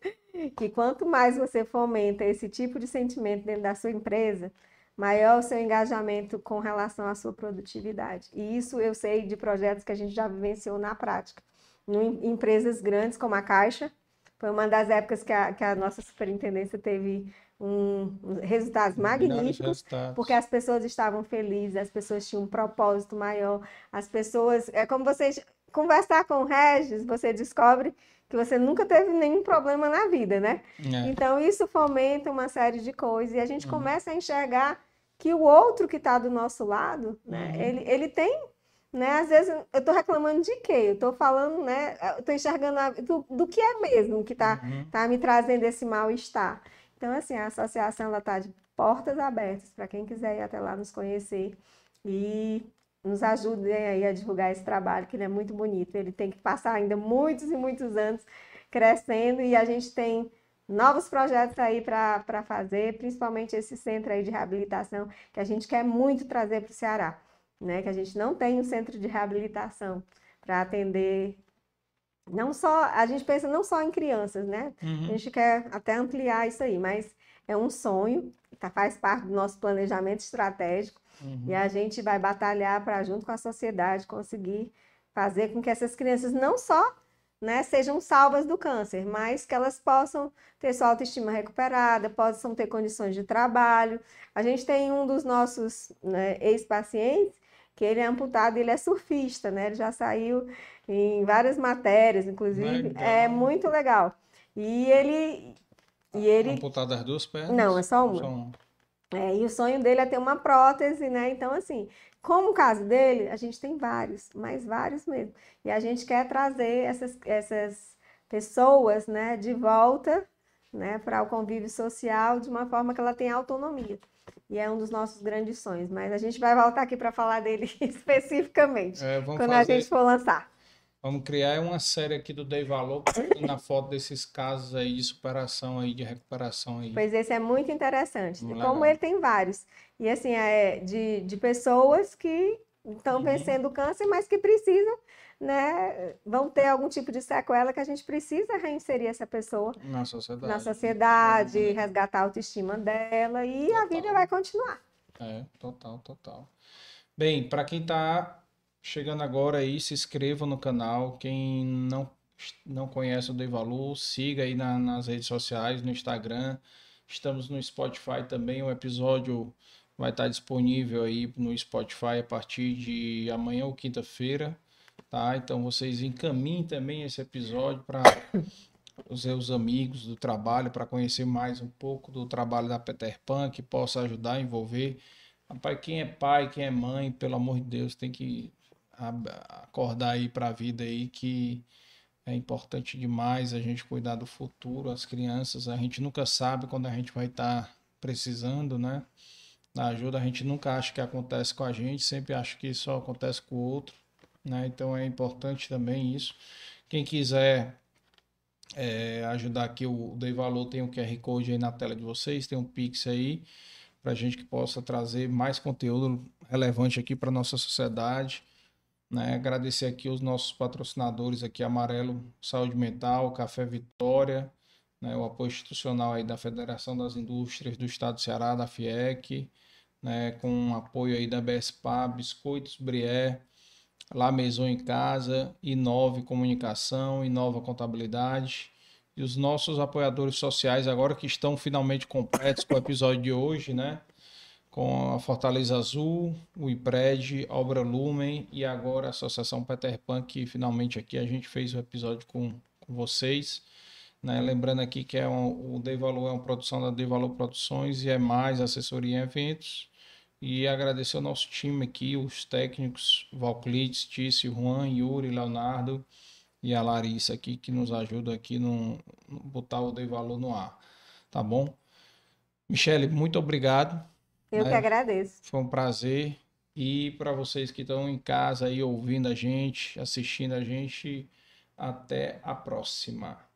Que quanto mais você fomenta esse tipo de sentimento dentro da sua empresa, maior o seu engajamento com relação à sua produtividade. E isso eu sei de projetos que a gente já vivenciou na prática. Em empresas grandes como a Caixa, foi uma das épocas que a, que a nossa superintendência teve um, resultados magníficos, resultados. Porque as pessoas estavam felizes, as pessoas tinham um propósito maior, as pessoas... É como vocês... Conversar com o Regis, você descobre que você nunca teve nenhum problema na vida, né? É. Então, isso fomenta uma série de coisas e a gente uhum. começa a enxergar que o outro que está do nosso lado, né? Uhum. Ele, ele tem, né? Às vezes, eu estou reclamando de quê? Eu estou falando, né? Eu estou enxergando a, do, do que é mesmo que está uhum. tá me trazendo esse mal-estar. Então, assim, a associação está de portas abertas para quem quiser ir até lá nos conhecer e... nos ajudem aí a divulgar esse trabalho, que ele é muito bonito. Ele tem que passar ainda muitos e muitos anos crescendo e a gente tem novos projetos aí para fazer, principalmente esse centro aí de reabilitação, que a gente quer muito trazer para o Ceará, né? Que a gente não tem um centro de reabilitação para atender... Não só, a gente pensa não só em crianças, né? Uhum. A gente quer até ampliar isso aí, mas é um sonho, tá, faz parte do nosso planejamento estratégico. Uhum. E a gente vai batalhar para, junto com a sociedade, conseguir fazer com que essas crianças não só, né, sejam salvas do câncer, mas que elas possam ter sua autoestima recuperada, possam ter condições de trabalho. A gente tem um dos nossos, né, ex-pacientes, que ele é amputado, ele é surfista, né? Ele já saiu em várias matérias, inclusive. Legal. É muito legal. E ele... E ele...
Amputado das duas pernas?
Não, é só uma.
Só uma.
É, e o sonho dele é ter uma prótese, né? Então, assim, como o caso dele, a gente tem vários, mas vários mesmo. E a gente quer trazer essas, essas pessoas, né, de volta, né, para o convívio social de uma forma que ela tenha autonomia. E é um dos nossos grandes sonhos. Mas a gente vai voltar aqui para falar dele especificamente, é, quando fazer... a gente for lançar.
Vamos criar uma série aqui do Dei Valor na foto desses casos aí de superação aí, de recuperação aí.
Pois esse é muito interessante. Muito Como legal. Ele tem vários. E assim, é de, de pessoas que estão uhum. vencendo o câncer, mas que precisam, né? Vão ter algum tipo de sequela que a gente precisa reinserir essa pessoa
na sociedade.
Na sociedade, uhum. resgatar a autoestima dela e total. A vida vai continuar.
É, total, total. Bem, para quem está chegando agora aí, se inscreva no canal. Quem não, não conhece o Dei Valor, siga aí na, nas redes sociais, no Instagram. Estamos no Spotify também. O episódio vai estar disponível aí no Spotify a partir de amanhã ou quinta-feira, tá? Então vocês encaminhem também esse episódio para os seus amigos do trabalho, para conhecer mais um pouco do trabalho da Peter Pan, que possa ajudar a envolver. Rapaz, quem é pai, quem é mãe, pelo amor de Deus, tem que acordar aí para a vida aí, que é importante demais a gente cuidar do futuro, as crianças. A gente nunca sabe quando a gente vai estar tá precisando, né? Da ajuda, a gente nunca acha que acontece com a gente, sempre acha que só acontece com o outro, né? Então é importante também isso. Quem quiser é, ajudar aqui, o Dei Valor tem o Q R Code aí na tela de vocês, tem um Pix aí, para a gente que possa trazer mais conteúdo relevante aqui para nossa sociedade, né? Agradecer aqui os nossos patrocinadores aqui, Amarelo Saúde Mental, Café Vitória, né? O apoio institucional aí da Federação das Indústrias do Estado do Ceará, da FIEC, né? Com apoio aí da B S P A, Biscoitos Brié, La Maison em Casa, Inove Comunicação, Inova Contabilidade. E os nossos apoiadores sociais agora que estão finalmente completos com o episódio de hoje, né? Com a Fortaleza Azul, o IPRED, Obra Lumen e agora a Associação Peter Pan, que finalmente aqui a gente fez o episódio com, com vocês, né? Lembrando aqui que é um, o Dei Valor é uma produção da Dei Valor Produções e é mais assessoria em eventos. E agradecer ao nosso time aqui, os técnicos Valclides, Tício, Juan, Yuri, Leonardo e a Larissa aqui, que nos ajuda aqui no, no botar o Dei Valor no ar, tá bom? Michele, muito obrigado.
Eu
Né?
que agradeço.
Foi um prazer. E para vocês que estão em casa aí ouvindo a gente, assistindo a gente, até a próxima.